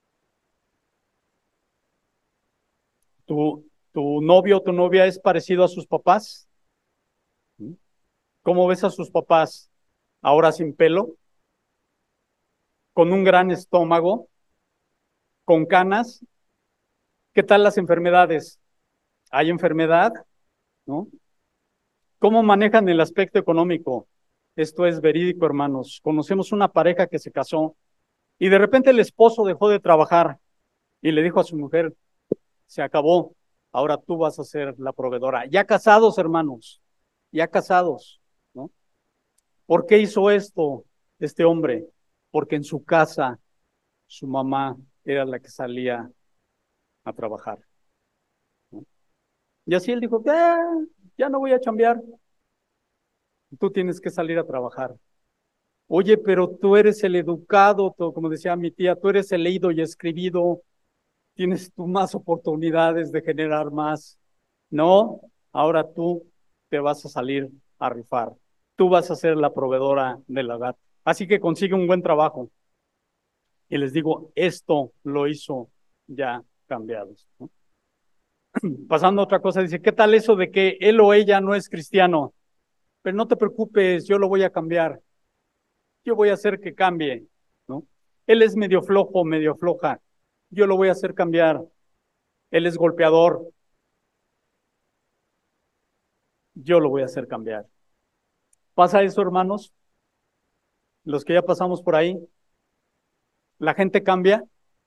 ¿Tu, tu novio o tu novia es parecido a sus papás? ¿Cómo ves a sus papás ahora sin pelo? ¿Con un gran estómago? ¿Con canas? ¿Qué tal las enfermedades? ¿Hay enfermedad? ¿No? ¿Cómo manejan el aspecto económico? Esto es verídico, hermanos. Conocemos una pareja que se casó y de repente el esposo dejó de trabajar y le dijo a su mujer, se acabó, ahora tú vas a ser la proveedora. Ya casados, hermanos, ya casados, ¿no? ¿Por qué hizo esto este hombre? Porque en su casa su mamá era la que salía a trabajar, ¿no? Y así él dijo, ah, ya no voy a chambear, Tú tienes que salir a trabajar. Oye, pero tú eres el educado, tú, como decía mi tía, tú eres el leído y escribido, tienes tú más oportunidades de generar más. No, ahora tú te vas a salir a rifar. Tú vas a ser la proveedora del hogar. Así que consigue un buen trabajo. Y les digo, esto lo hizo ya cambiados, ¿no? Pasando a otra cosa, dice, ¿qué tal eso de que él o ella no es cristiano? Pero no te preocupes, yo lo voy a cambiar. Yo voy a hacer que cambie, ¿no? Él es medio flojo, medio floja. Yo lo voy a hacer cambiar. Él es golpeador. Yo lo voy a hacer cambiar. ¿Pasa eso, hermanos? Los que ya pasamos por ahí, la gente cambia,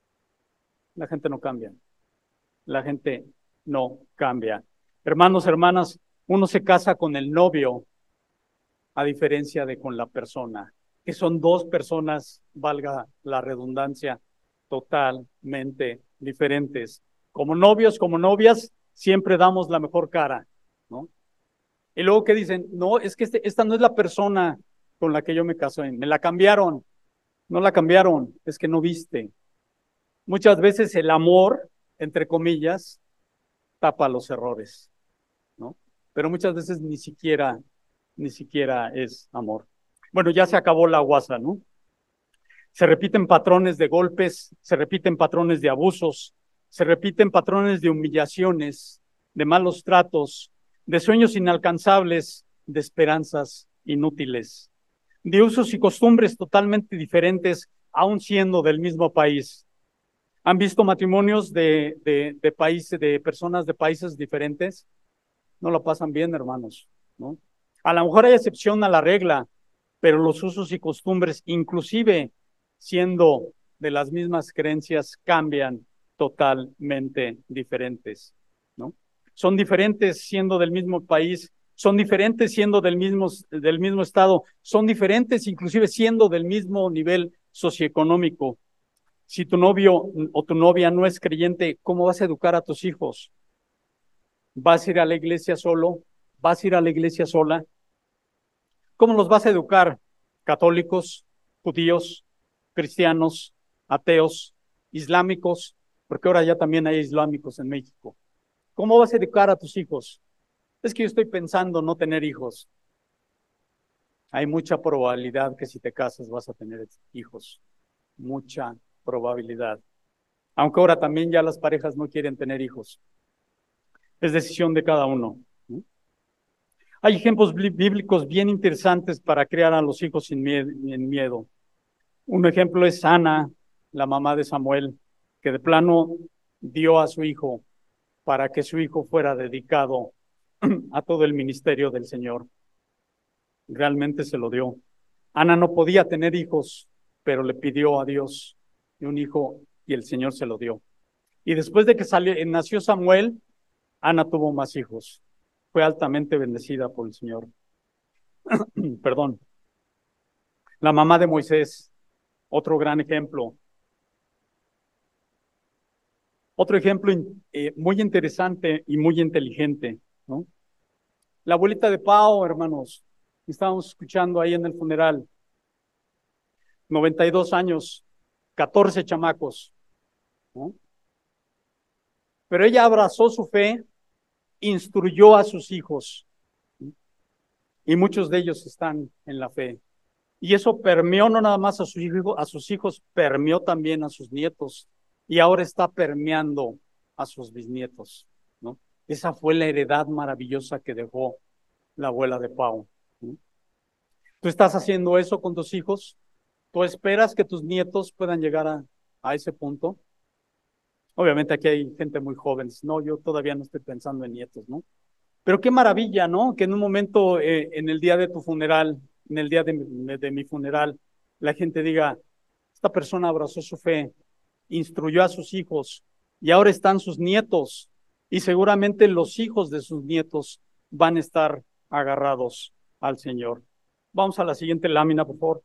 la gente no cambia. La gente no cambia. Hermanos, hermanas, uno se casa con el novio a diferencia de con la persona, que son dos personas, valga la redundancia, totalmente diferentes. Como novios, como novias, siempre damos la mejor cara, ¿no? Y luego que dicen, no, es que este, esta no es la persona con la que yo me casé, me la cambiaron, no la cambiaron, es que no viste. Muchas veces el amor, entre comillas, tapa los errores, ¿no? Pero muchas veces ni siquiera, ni siquiera es amor. Bueno, ya se acabó la guasa, ¿no? Se repiten patrones de golpes, se repiten patrones de abusos, se repiten patrones de humillaciones, de malos tratos, de sueños inalcanzables, de esperanzas inútiles, de usos y costumbres totalmente diferentes, aun siendo del mismo país. ¿Han visto matrimonios de, de, de países, de personas de países diferentes? No lo pasan bien, hermanos, ¿no? A lo mejor hay excepción a la regla, pero los usos y costumbres, inclusive siendo de las mismas creencias, cambian totalmente diferentes, ¿no? Son diferentes siendo del mismo país, son diferentes siendo del mismo, del mismo estado, son diferentes inclusive siendo del mismo nivel socioeconómico. Si tu novio o tu novia no es creyente, ¿cómo vas a educar a tus hijos? ¿Vas a ir a la iglesia solo? ¿Vas a ir a la iglesia sola? ¿Cómo los vas a educar? Católicos, judíos, cristianos, ateos, islámicos, porque ahora ya también hay islámicos en México. ¿Cómo vas a educar a tus hijos? Es que yo estoy pensando no tener hijos. Hay mucha probabilidad que si te casas vas a tener hijos. Mucha probabilidad. Aunque ahora también ya las parejas no quieren tener hijos. Es decisión de cada uno. Hay ejemplos bíblicos bien interesantes para criar a los hijos sin miedo. Un ejemplo es Ana, la mamá de Samuel, que de plano dio a su hijo para que su hijo fuera dedicado a todo el ministerio del Señor. Realmente se lo dio. Ana no podía tener hijos, pero le pidió a Dios un hijo y el Señor se lo dio. Y después de que salió, nació Samuel, Ana tuvo más hijos. Fue altamente bendecida por el Señor. Perdón. La mamá de Moisés, otro gran ejemplo. Otro ejemplo eh, muy interesante y muy inteligente, ¿no? La abuelita de Pao, hermanos, estábamos escuchando ahí en el funeral, noventa y dos años, catorce chamacos, ¿no? Pero ella abrazó su fe, instruyó a sus hijos, ¿no? Y muchos de ellos están en la fe. Y eso permeó no nada más a sus hijos, a sus hijos, permeó también a sus nietos y ahora está permeando a sus bisnietos, ¿no? Esa fue la heredad maravillosa que dejó la abuela de Pau, ¿no? ¿Tú estás haciendo eso con tus hijos? ¿Tú esperas que tus nietos puedan llegar a, a ese punto? Obviamente aquí hay gente muy joven, no, yo todavía no estoy pensando en nietos, ¿no? Pero qué maravilla, ¿no? Que en un momento, eh, en el día de tu funeral, en el día de mi, de mi funeral, la gente diga, esta persona abrazó su fe, instruyó a sus hijos y ahora están sus nietos y seguramente los hijos de sus nietos van a estar agarrados al Señor. Vamos a la siguiente lámina, por favor.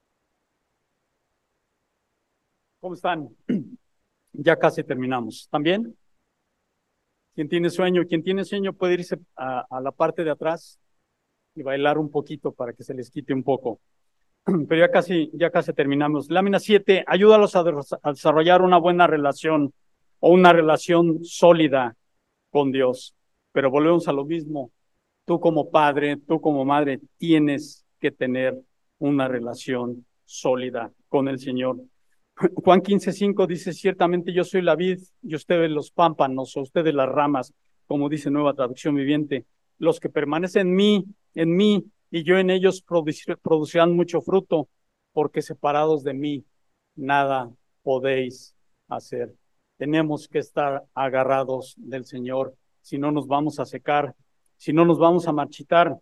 ¿Cómo están? Ya casi terminamos. ¿También? ¿Quién tiene sueño? ¿Quién tiene sueño puede irse a, a la parte de atrás? y bailar un poquito para que se les quite un poco. Pero ya casi, ya casi terminamos. Lámina siete, ayúdalos a, a desarrollar una buena relación o una relación sólida con Dios. Pero volvemos a lo mismo. Tú como padre, tú como madre, tienes que tener una relación sólida con el Señor. Juan quince cinco dice, ciertamente yo soy la vid y ustedes los pámpanos, o ustedes las ramas, como dice Nueva Traducción Viviente. Los que permanecen en mí, en mí, y yo en ellos producirán mucho fruto, porque separados de mí, nada podéis hacer. Tenemos que estar agarrados del Señor, si no nos vamos a secar, si no nos vamos a marchitar,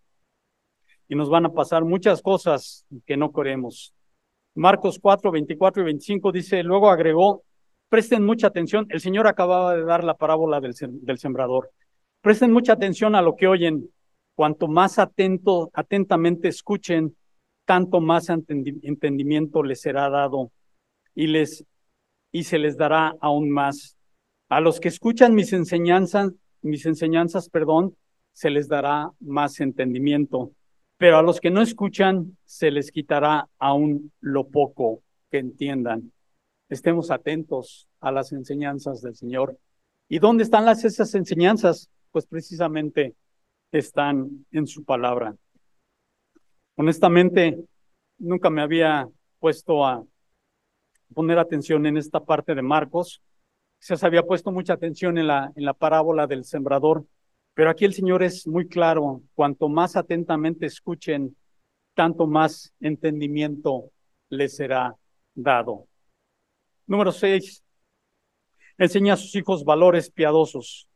y nos van a pasar muchas cosas que no queremos. Marcos cuatro, veinticuatro y veinticinco dice, luego agregó, presten mucha atención, el Señor acababa de dar la parábola del, del sembrador, presten mucha atención a lo que oyen, cuanto más atento, atentamente escuchen, tanto más entendimiento les será dado y, les, y se les dará aún más. A los que escuchan mis enseñanzas, mis enseñanzas, perdón, se les dará más entendimiento. Pero a los que no escuchan, se les quitará aún lo poco que entiendan. Estemos atentos a las enseñanzas del Señor. ¿Y dónde están las, esas enseñanzas? Pues precisamente están en su palabra. Honestamente, nunca me había puesto a poner atención en esta parte de Marcos. Se había puesto mucha atención en la, en la parábola del sembrador, pero aquí el Señor es muy claro, cuanto más atentamente escuchen, tanto más entendimiento les será dado. Número seis, enseña a sus hijos valores piadosos.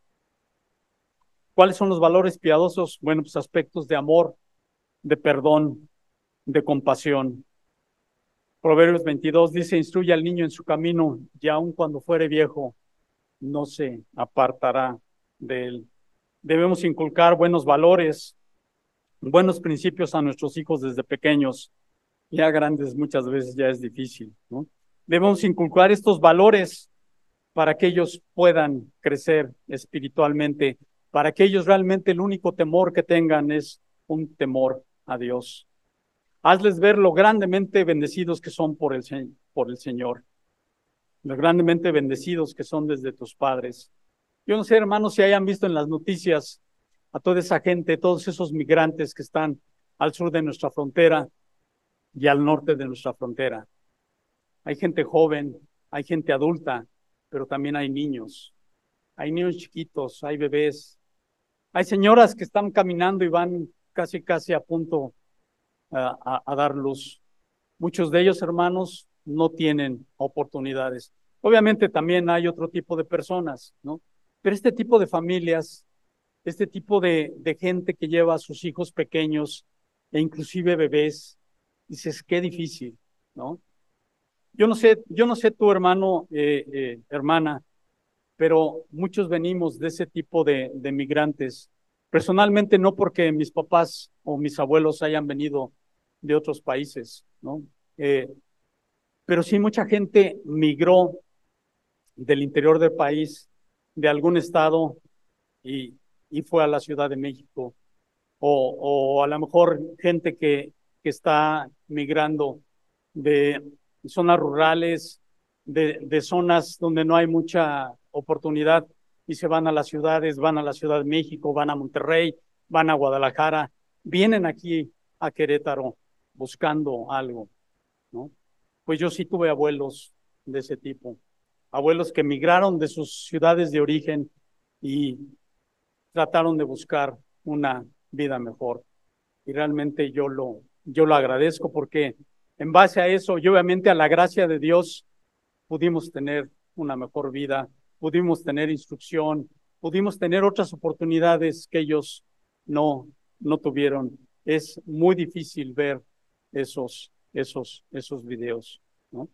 ¿Cuáles son los valores piadosos? Bueno, pues aspectos de amor, de perdón, de compasión. Proverbios veintidós dice, instruye al niño en su camino, y aun cuando fuere viejo, no se apartará de él. Debemos inculcar buenos valores, buenos principios a nuestros hijos desde pequeños. Ya grandes muchas veces ya es difícil, ¿no? Debemos inculcar estos valores para que ellos puedan crecer espiritualmente, para que ellos realmente el único temor que tengan es un temor a Dios. Hazles ver lo grandemente bendecidos que son por el, por el Señor, lo grandemente bendecidos que son desde tus padres. Yo no sé, hermanos, si hayan visto en las noticias a toda esa gente, todos esos migrantes que están al sur de nuestra frontera y al norte de nuestra frontera. Hay gente joven, hay gente adulta, pero también hay niños. Hay niños chiquitos, hay bebés. Hay señoras que están caminando y van casi, casi a punto uh, a, a dar luz. Muchos de ellos, hermanos, no tienen oportunidades. Obviamente también hay otro tipo de personas, ¿no? Pero este tipo de familias, este tipo de, de gente que lleva a sus hijos pequeños e inclusive bebés, dices, qué difícil, ¿no? Yo no sé, yo no sé tu hermano, eh, eh, hermana, pero muchos venimos de ese tipo de, de migrantes. Personalmente no porque mis papás o mis abuelos hayan venido de otros países, ¿no? Eh, pero sí mucha gente migró del interior del país, de algún estado, y, y fue a la Ciudad de México. O, o a lo mejor gente que, que está migrando de zonas rurales, de, de zonas donde no hay mucha oportunidad y se van a las ciudades, van a la Ciudad de México, van a Monterrey, van a Guadalajara, vienen aquí a Querétaro buscando algo, ¿no? Pues yo sí tuve abuelos de ese tipo, abuelos que migraron de sus ciudades de origen y trataron de buscar una vida mejor. Y realmente yo lo, yo lo agradezco porque en base a eso y obviamente a la gracia de Dios pudimos tener una mejor vida, pudimos tener instrucción, pudimos tener otras oportunidades que ellos no, no tuvieron. Es muy difícil ver esos, esos, esos videos, ¿no?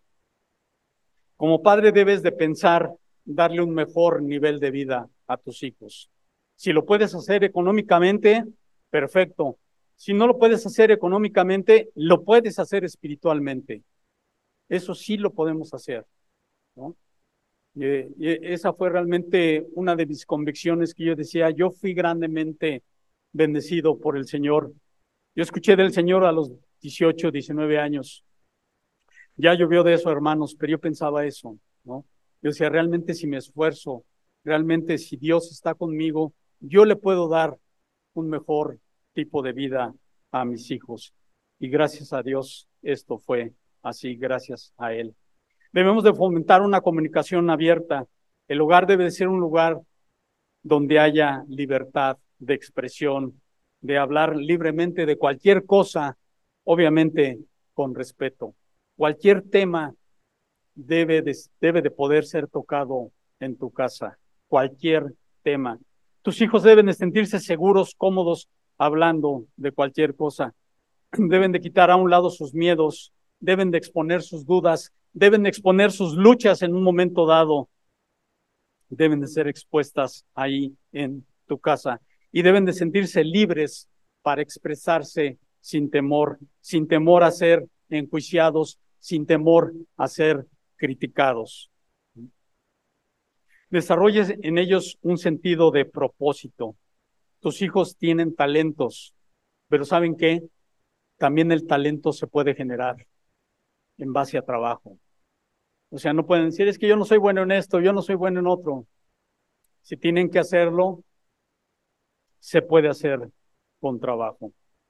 Como padre debes de pensar darle un mejor nivel de vida a tus hijos. Si lo puedes hacer económicamente, perfecto. Si no lo puedes hacer económicamente, lo puedes hacer espiritualmente. Eso sí lo podemos hacer, ¿no? Y, y esa fue realmente una de mis convicciones que yo decía, yo fui grandemente bendecido por el Señor Yo escuché del Señor a los dieciocho, diecinueve años. Ya llovió de eso, hermanos, pero yo pensaba eso, ¿no? Yo decía, realmente si me esfuerzo, realmente si Dios está conmigo, yo le puedo dar un mejor tipo de vida a mis hijos. Y gracias a Dios esto fue así, gracias a Él. Debemos de fomentar una comunicación abierta. El hogar debe de ser un lugar donde haya libertad de expresión, de hablar libremente de cualquier cosa, obviamente con respeto. Cualquier tema debe de, debe de poder ser tocado en tu casa, cualquier tema. Tus hijos deben de sentirse seguros, cómodos, hablando de cualquier cosa. Deben de quitar a un lado sus miedos, deben de exponer sus dudas, deben de exponer sus luchas en un momento dado, deben de ser expuestas ahí en tu casa y deben de sentirse libres para expresarse sin temor, sin temor a ser enjuiciados, sin temor a ser criticados. Desarrolles en ellos un sentido de propósito. Tus hijos tienen talentos, pero ¿saben qué? También el talento se puede generar en base a trabajo. O sea, no pueden decir, es que yo no soy bueno en esto, yo no soy bueno en otro. Si tienen que hacerlo, se puede hacer con trabajo.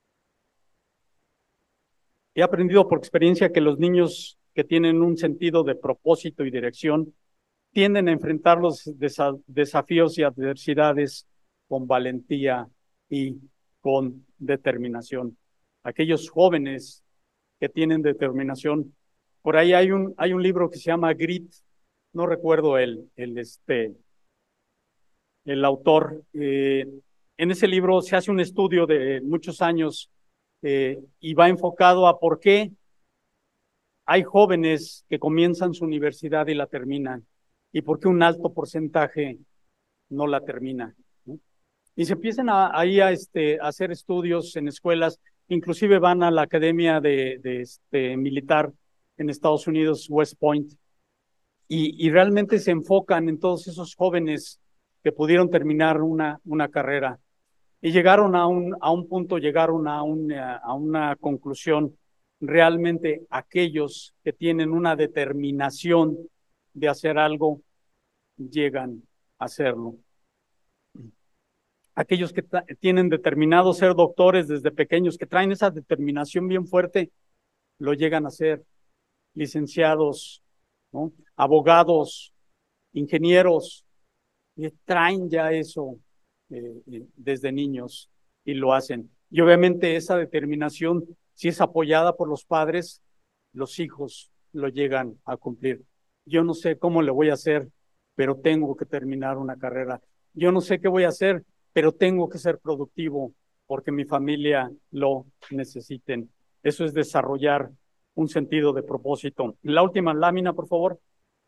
He aprendido por experiencia que los niños que tienen un sentido de propósito y dirección tienden a enfrentar los desa- desafíos y adversidades con valentía y con determinación. Aquellos jóvenes que tienen determinación, por ahí hay un, hay un libro que se llama Grit, no recuerdo el, el, este, el autor. Eh, en ese libro se hace un estudio de muchos años eh, y va enfocado a por qué hay jóvenes que comienzan su universidad y la terminan y por qué un alto porcentaje no la termina, ¿no? Y se empiezan a, ahí a, este, a hacer estudios en escuelas, inclusive van a la academia de, de este, militar en Estados Unidos, West Point, y, y realmente se enfocan en todos esos jóvenes que pudieron terminar una, una carrera y llegaron a un, a un punto, llegaron a una, a una conclusión. Realmente aquellos que tienen una determinación de hacer algo, llegan a hacerlo. Aquellos que tienen determinado ser doctores desde pequeños, que traen esa determinación bien fuerte, lo llegan a ser. Licenciados, ¿no? Abogados, ingenieros, y traen ya eso eh, eh, desde niños y lo hacen. Y obviamente esa determinación, si es apoyada por los padres, los hijos lo llegan a cumplir. Yo no sé cómo le voy a hacer, pero tengo que terminar una carrera. Yo no sé qué voy a hacer, pero tengo que ser productivo porque mi familia lo necesiten. Eso es desarrollar un sentido de propósito. La última lámina, por favor.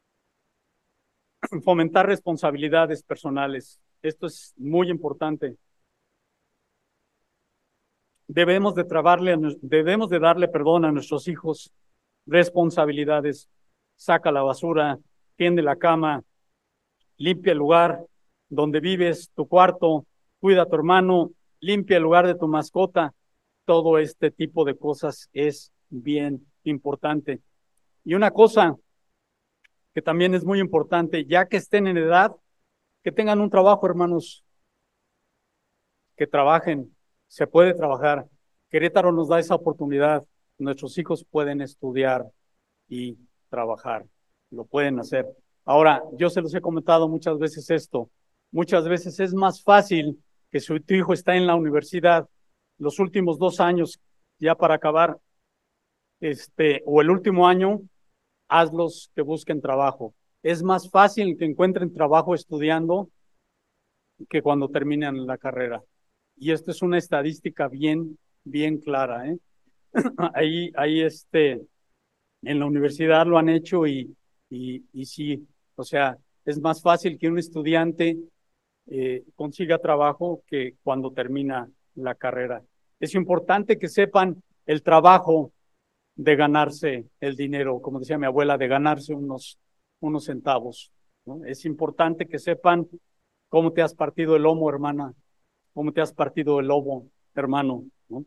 Fomentar responsabilidades personales. Esto es muy importante. Debemos de trabarle, debemos de darle perdón a nuestros hijos responsabilidades. Saca la basura, tiende la cama, limpia el lugar donde vives, tu cuarto, cuida a tu hermano, limpia el lugar de tu mascota. Todo este tipo de cosas es bien importante. Y una cosa que también es muy importante, ya que estén en edad, que tengan un trabajo, hermanos, que trabajen, se puede trabajar. Querétaro nos da esa oportunidad. Nuestros hijos pueden estudiar y trabajar, lo pueden hacer. Ahora, yo se los he comentado muchas veces esto. Muchas veces es más fácil que si tu hijo está en la universidad los últimos dos años ya para acabar, este, o el último año, hazlos que busquen trabajo. Es más fácil que encuentren trabajo estudiando que cuando terminan la carrera. Y esto es una estadística bien, bien clara, ¿eh? Ahí, ahí este, en la universidad lo han hecho y, y, y sí, o sea, es más fácil que un estudiante eh, consiga trabajo que cuando termina la carrera. Es importante que sepan el trabajo de ganarse el dinero, como decía mi abuela, de ganarse unos, unos centavos, ¿no? Es importante que sepan cómo te has partido el lomo, hermana, cómo te has partido el lomo, hermano, ¿no?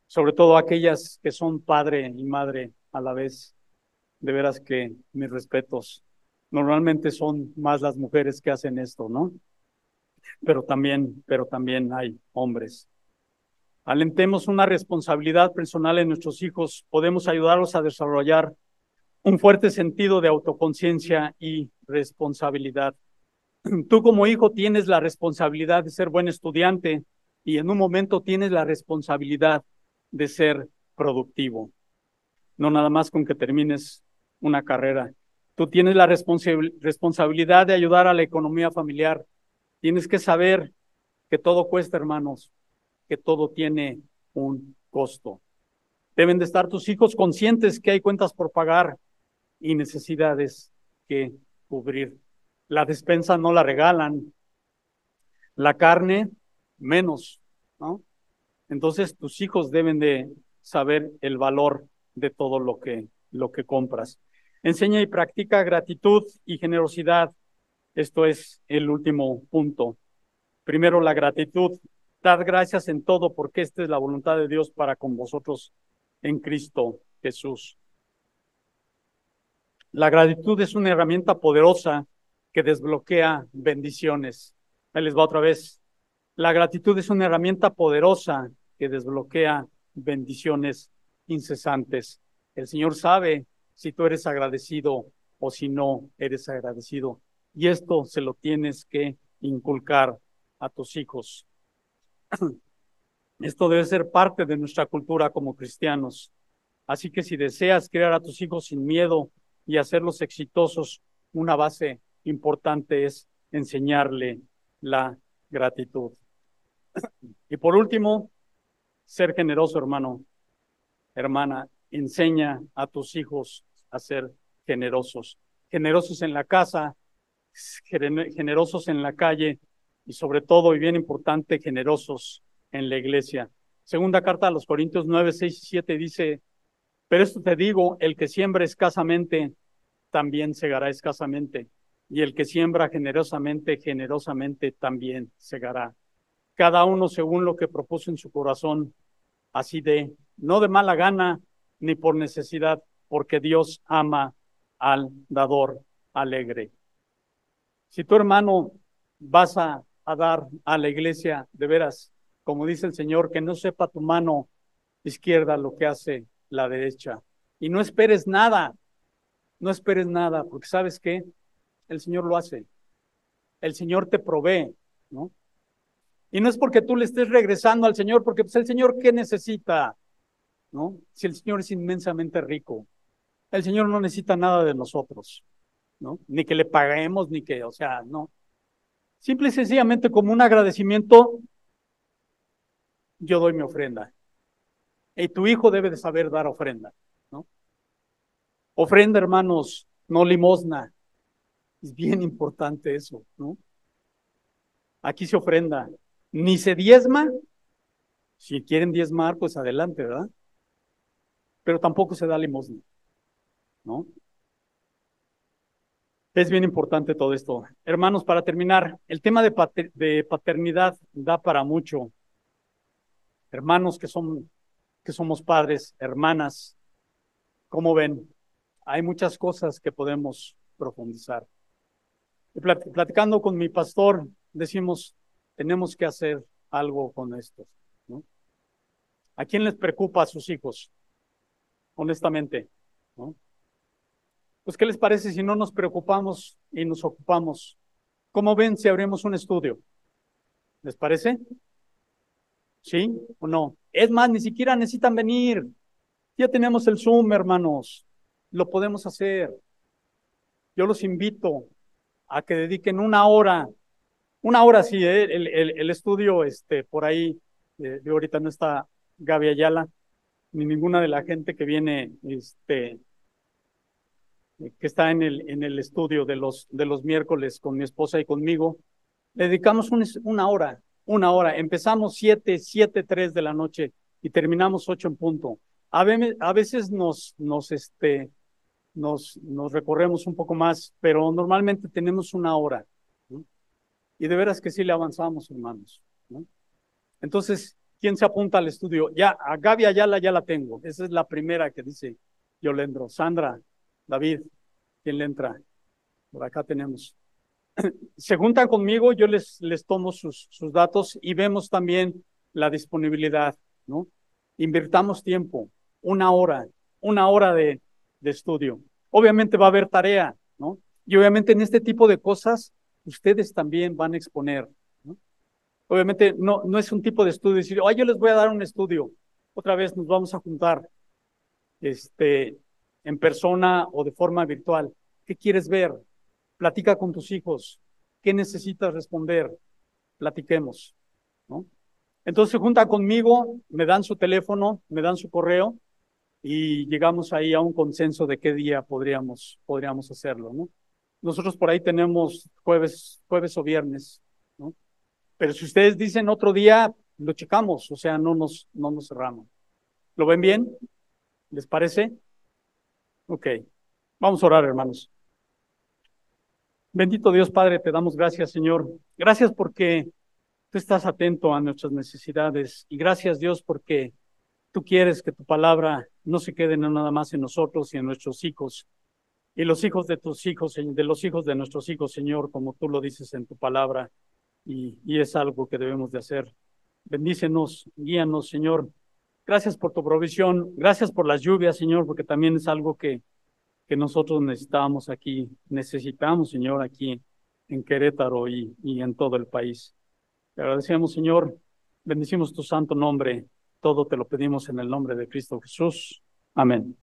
sobre todo aquellas que son padre y madre a la vez. De veras que mis respetos. Normalmente son más las mujeres que hacen esto, ¿no? Pero también, pero también hay hombres. Alentemos una responsabilidad personal en nuestros hijos. Podemos ayudarlos a desarrollar un fuerte sentido de autoconciencia y responsabilidad. Tú como hijo tienes la responsabilidad de ser buen estudiante y en un momento tienes la responsabilidad de ser productivo. No nada más con que termines una carrera. Tú tienes la responsa- responsabilidad de ayudar a la economía familiar. Tienes que saber que todo cuesta, hermanos, que todo tiene un costo. Deben de estar tus hijos conscientes que hay cuentas por pagar y necesidades que cubrir. La despensa no la regalan, la carne menos, ¿no? Entonces tus hijos deben de saber el valor de todo lo que, lo que compras. Enseña y practica gratitud y generosidad. Esto es el último punto. Primero, la gratitud. Dad gracias en todo porque esta es la voluntad de Dios para con vosotros en Cristo Jesús. La gratitud es una herramienta poderosa que desbloquea bendiciones. Ahí les va otra vez. La gratitud es una herramienta poderosa que desbloquea bendiciones incesantes. El Señor sabe si tú eres agradecido o si no eres agradecido. Y esto se lo tienes que inculcar a tus hijos. Esto debe ser parte de nuestra cultura como cristianos. Así que si deseas criar a tus hijos sin miedo y hacerlos exitosos, una base importante es enseñarle la gratitud. Y por último, ser generoso, hermano, hermana, enseña a tus hijos a ser generosos. Generosos en la casa, generosos en la calle y sobre todo, y bien importante, generosos en la iglesia. Segunda carta a los Corintios nueve, seis y siete dice, pero esto te digo, el que siembra escasamente, también segará escasamente. Y el que siembra generosamente, generosamente también segará. Cada uno según lo que propuso en su corazón, así de, no de mala gana, ni por necesidad, porque Dios ama al dador alegre. Si tu hermano vas a, a dar a la iglesia, de veras, como dice el Señor, que no sepa tu mano izquierda lo que hace la derecha. Y no esperes nada, no esperes nada, porque ¿sabes qué? El Señor lo hace. El Señor te provee, ¿no? Y no es porque tú le estés regresando al Señor, porque pues el Señor, ¿qué necesita? ¿No? Si el Señor es inmensamente rico. El Señor no necesita nada de nosotros, ¿no? Ni que le paguemos, ni que, o sea, no. Simple y sencillamente como un agradecimiento, yo doy mi ofrenda. Y tu hijo debe de saber dar ofrenda, ¿no? Ofrenda, hermanos, no limosna. Es bien importante eso, ¿no? Aquí se ofrenda. Ni se diezma. Si quieren diezmar, pues adelante, ¿verdad? Pero tampoco se da limosna, ¿no? Es bien importante todo esto. Hermanos, para terminar, el tema de, pater de paternidad da para mucho. Hermanos que, son, que somos padres, hermanas, ¿cómo ven? Hay muchas cosas que podemos profundizar. Y plat platicando con mi pastor, decimos, tenemos que hacer algo con esto, ¿no? ¿A quién les preocupa a sus hijos? Honestamente, ¿no? Pues, ¿qué les parece si no nos preocupamos y nos ocupamos? ¿Cómo ven si abrimos un estudio? ¿Les parece? ¿Sí o no? Es más, ni siquiera necesitan venir. Ya tenemos el Zoom, hermanos. Lo podemos hacer. Yo los invito a que dediquen una hora, una hora sí, ¿eh? el, el, el estudio, este, por ahí, de, de ahorita no está Gaby Ayala, ni ninguna de la gente que viene, este, que está en el, en el estudio de los, de los miércoles con mi esposa y conmigo. Le dedicamos un, una hora, una hora. Empezamos siete, siete, tres de la noche y terminamos ocho en punto. A veces, a veces nos, nos, este, nos, nos recorremos un poco más, pero normalmente tenemos una hora, ¿no? Y de veras que sí le avanzamos, hermanos, ¿no? Entonces, ¿Quién se apunta al estudio? Ya, a Gaby Ayala ya la tengo. Esa es la primera que dice, yo le entro. Sandra, David, ¿quién le entra? Por acá tenemos. Se juntan conmigo, yo les, les tomo sus, sus datos y vemos también la disponibilidad, ¿no? Invirtamos tiempo, una hora, una hora de, de estudio. Obviamente va a haber tarea, ¿no? Y obviamente en este tipo de cosas, ustedes también van a exponer, ¿no? Obviamente no, no es un tipo de estudio decir, ay, yo les voy a dar un estudio, otra vez nos vamos a juntar, este, en persona o de forma virtual. ¿Qué quieres ver? Platica con tus hijos. ¿Qué necesitas responder? Platiquemos, ¿no? Entonces se juntan conmigo, me dan su teléfono, me dan su correo y llegamos ahí a un consenso de qué día podríamos, podríamos hacerlo, ¿no? Nosotros por ahí tenemos jueves, jueves o viernes, ¿no? Pero si ustedes dicen otro día, lo checamos, o sea, no nos, no nos cerramos. ¿Lo ven bien? ¿Les parece? Ok. Vamos a orar, hermanos. Bendito Dios Padre, te damos gracias, Señor. Gracias porque tú estás atento a nuestras necesidades y gracias, Dios, porque tú quieres que tu palabra no se quede no nada más en nosotros y en nuestros hijos y los hijos de tus hijos, de los hijos de nuestros hijos, Señor, como tú lo dices en tu palabra y, y es algo que debemos de hacer. Bendícenos, guíanos, Señor. Gracias por tu provisión, gracias por las lluvias, Señor, porque también es algo que que nosotros necesitamos aquí, necesitamos, Señor, aquí en Querétaro y, y en todo el país. Te agradecemos, Señor, bendecimos tu santo nombre, todo te lo pedimos en el nombre de Cristo Jesús. Amén.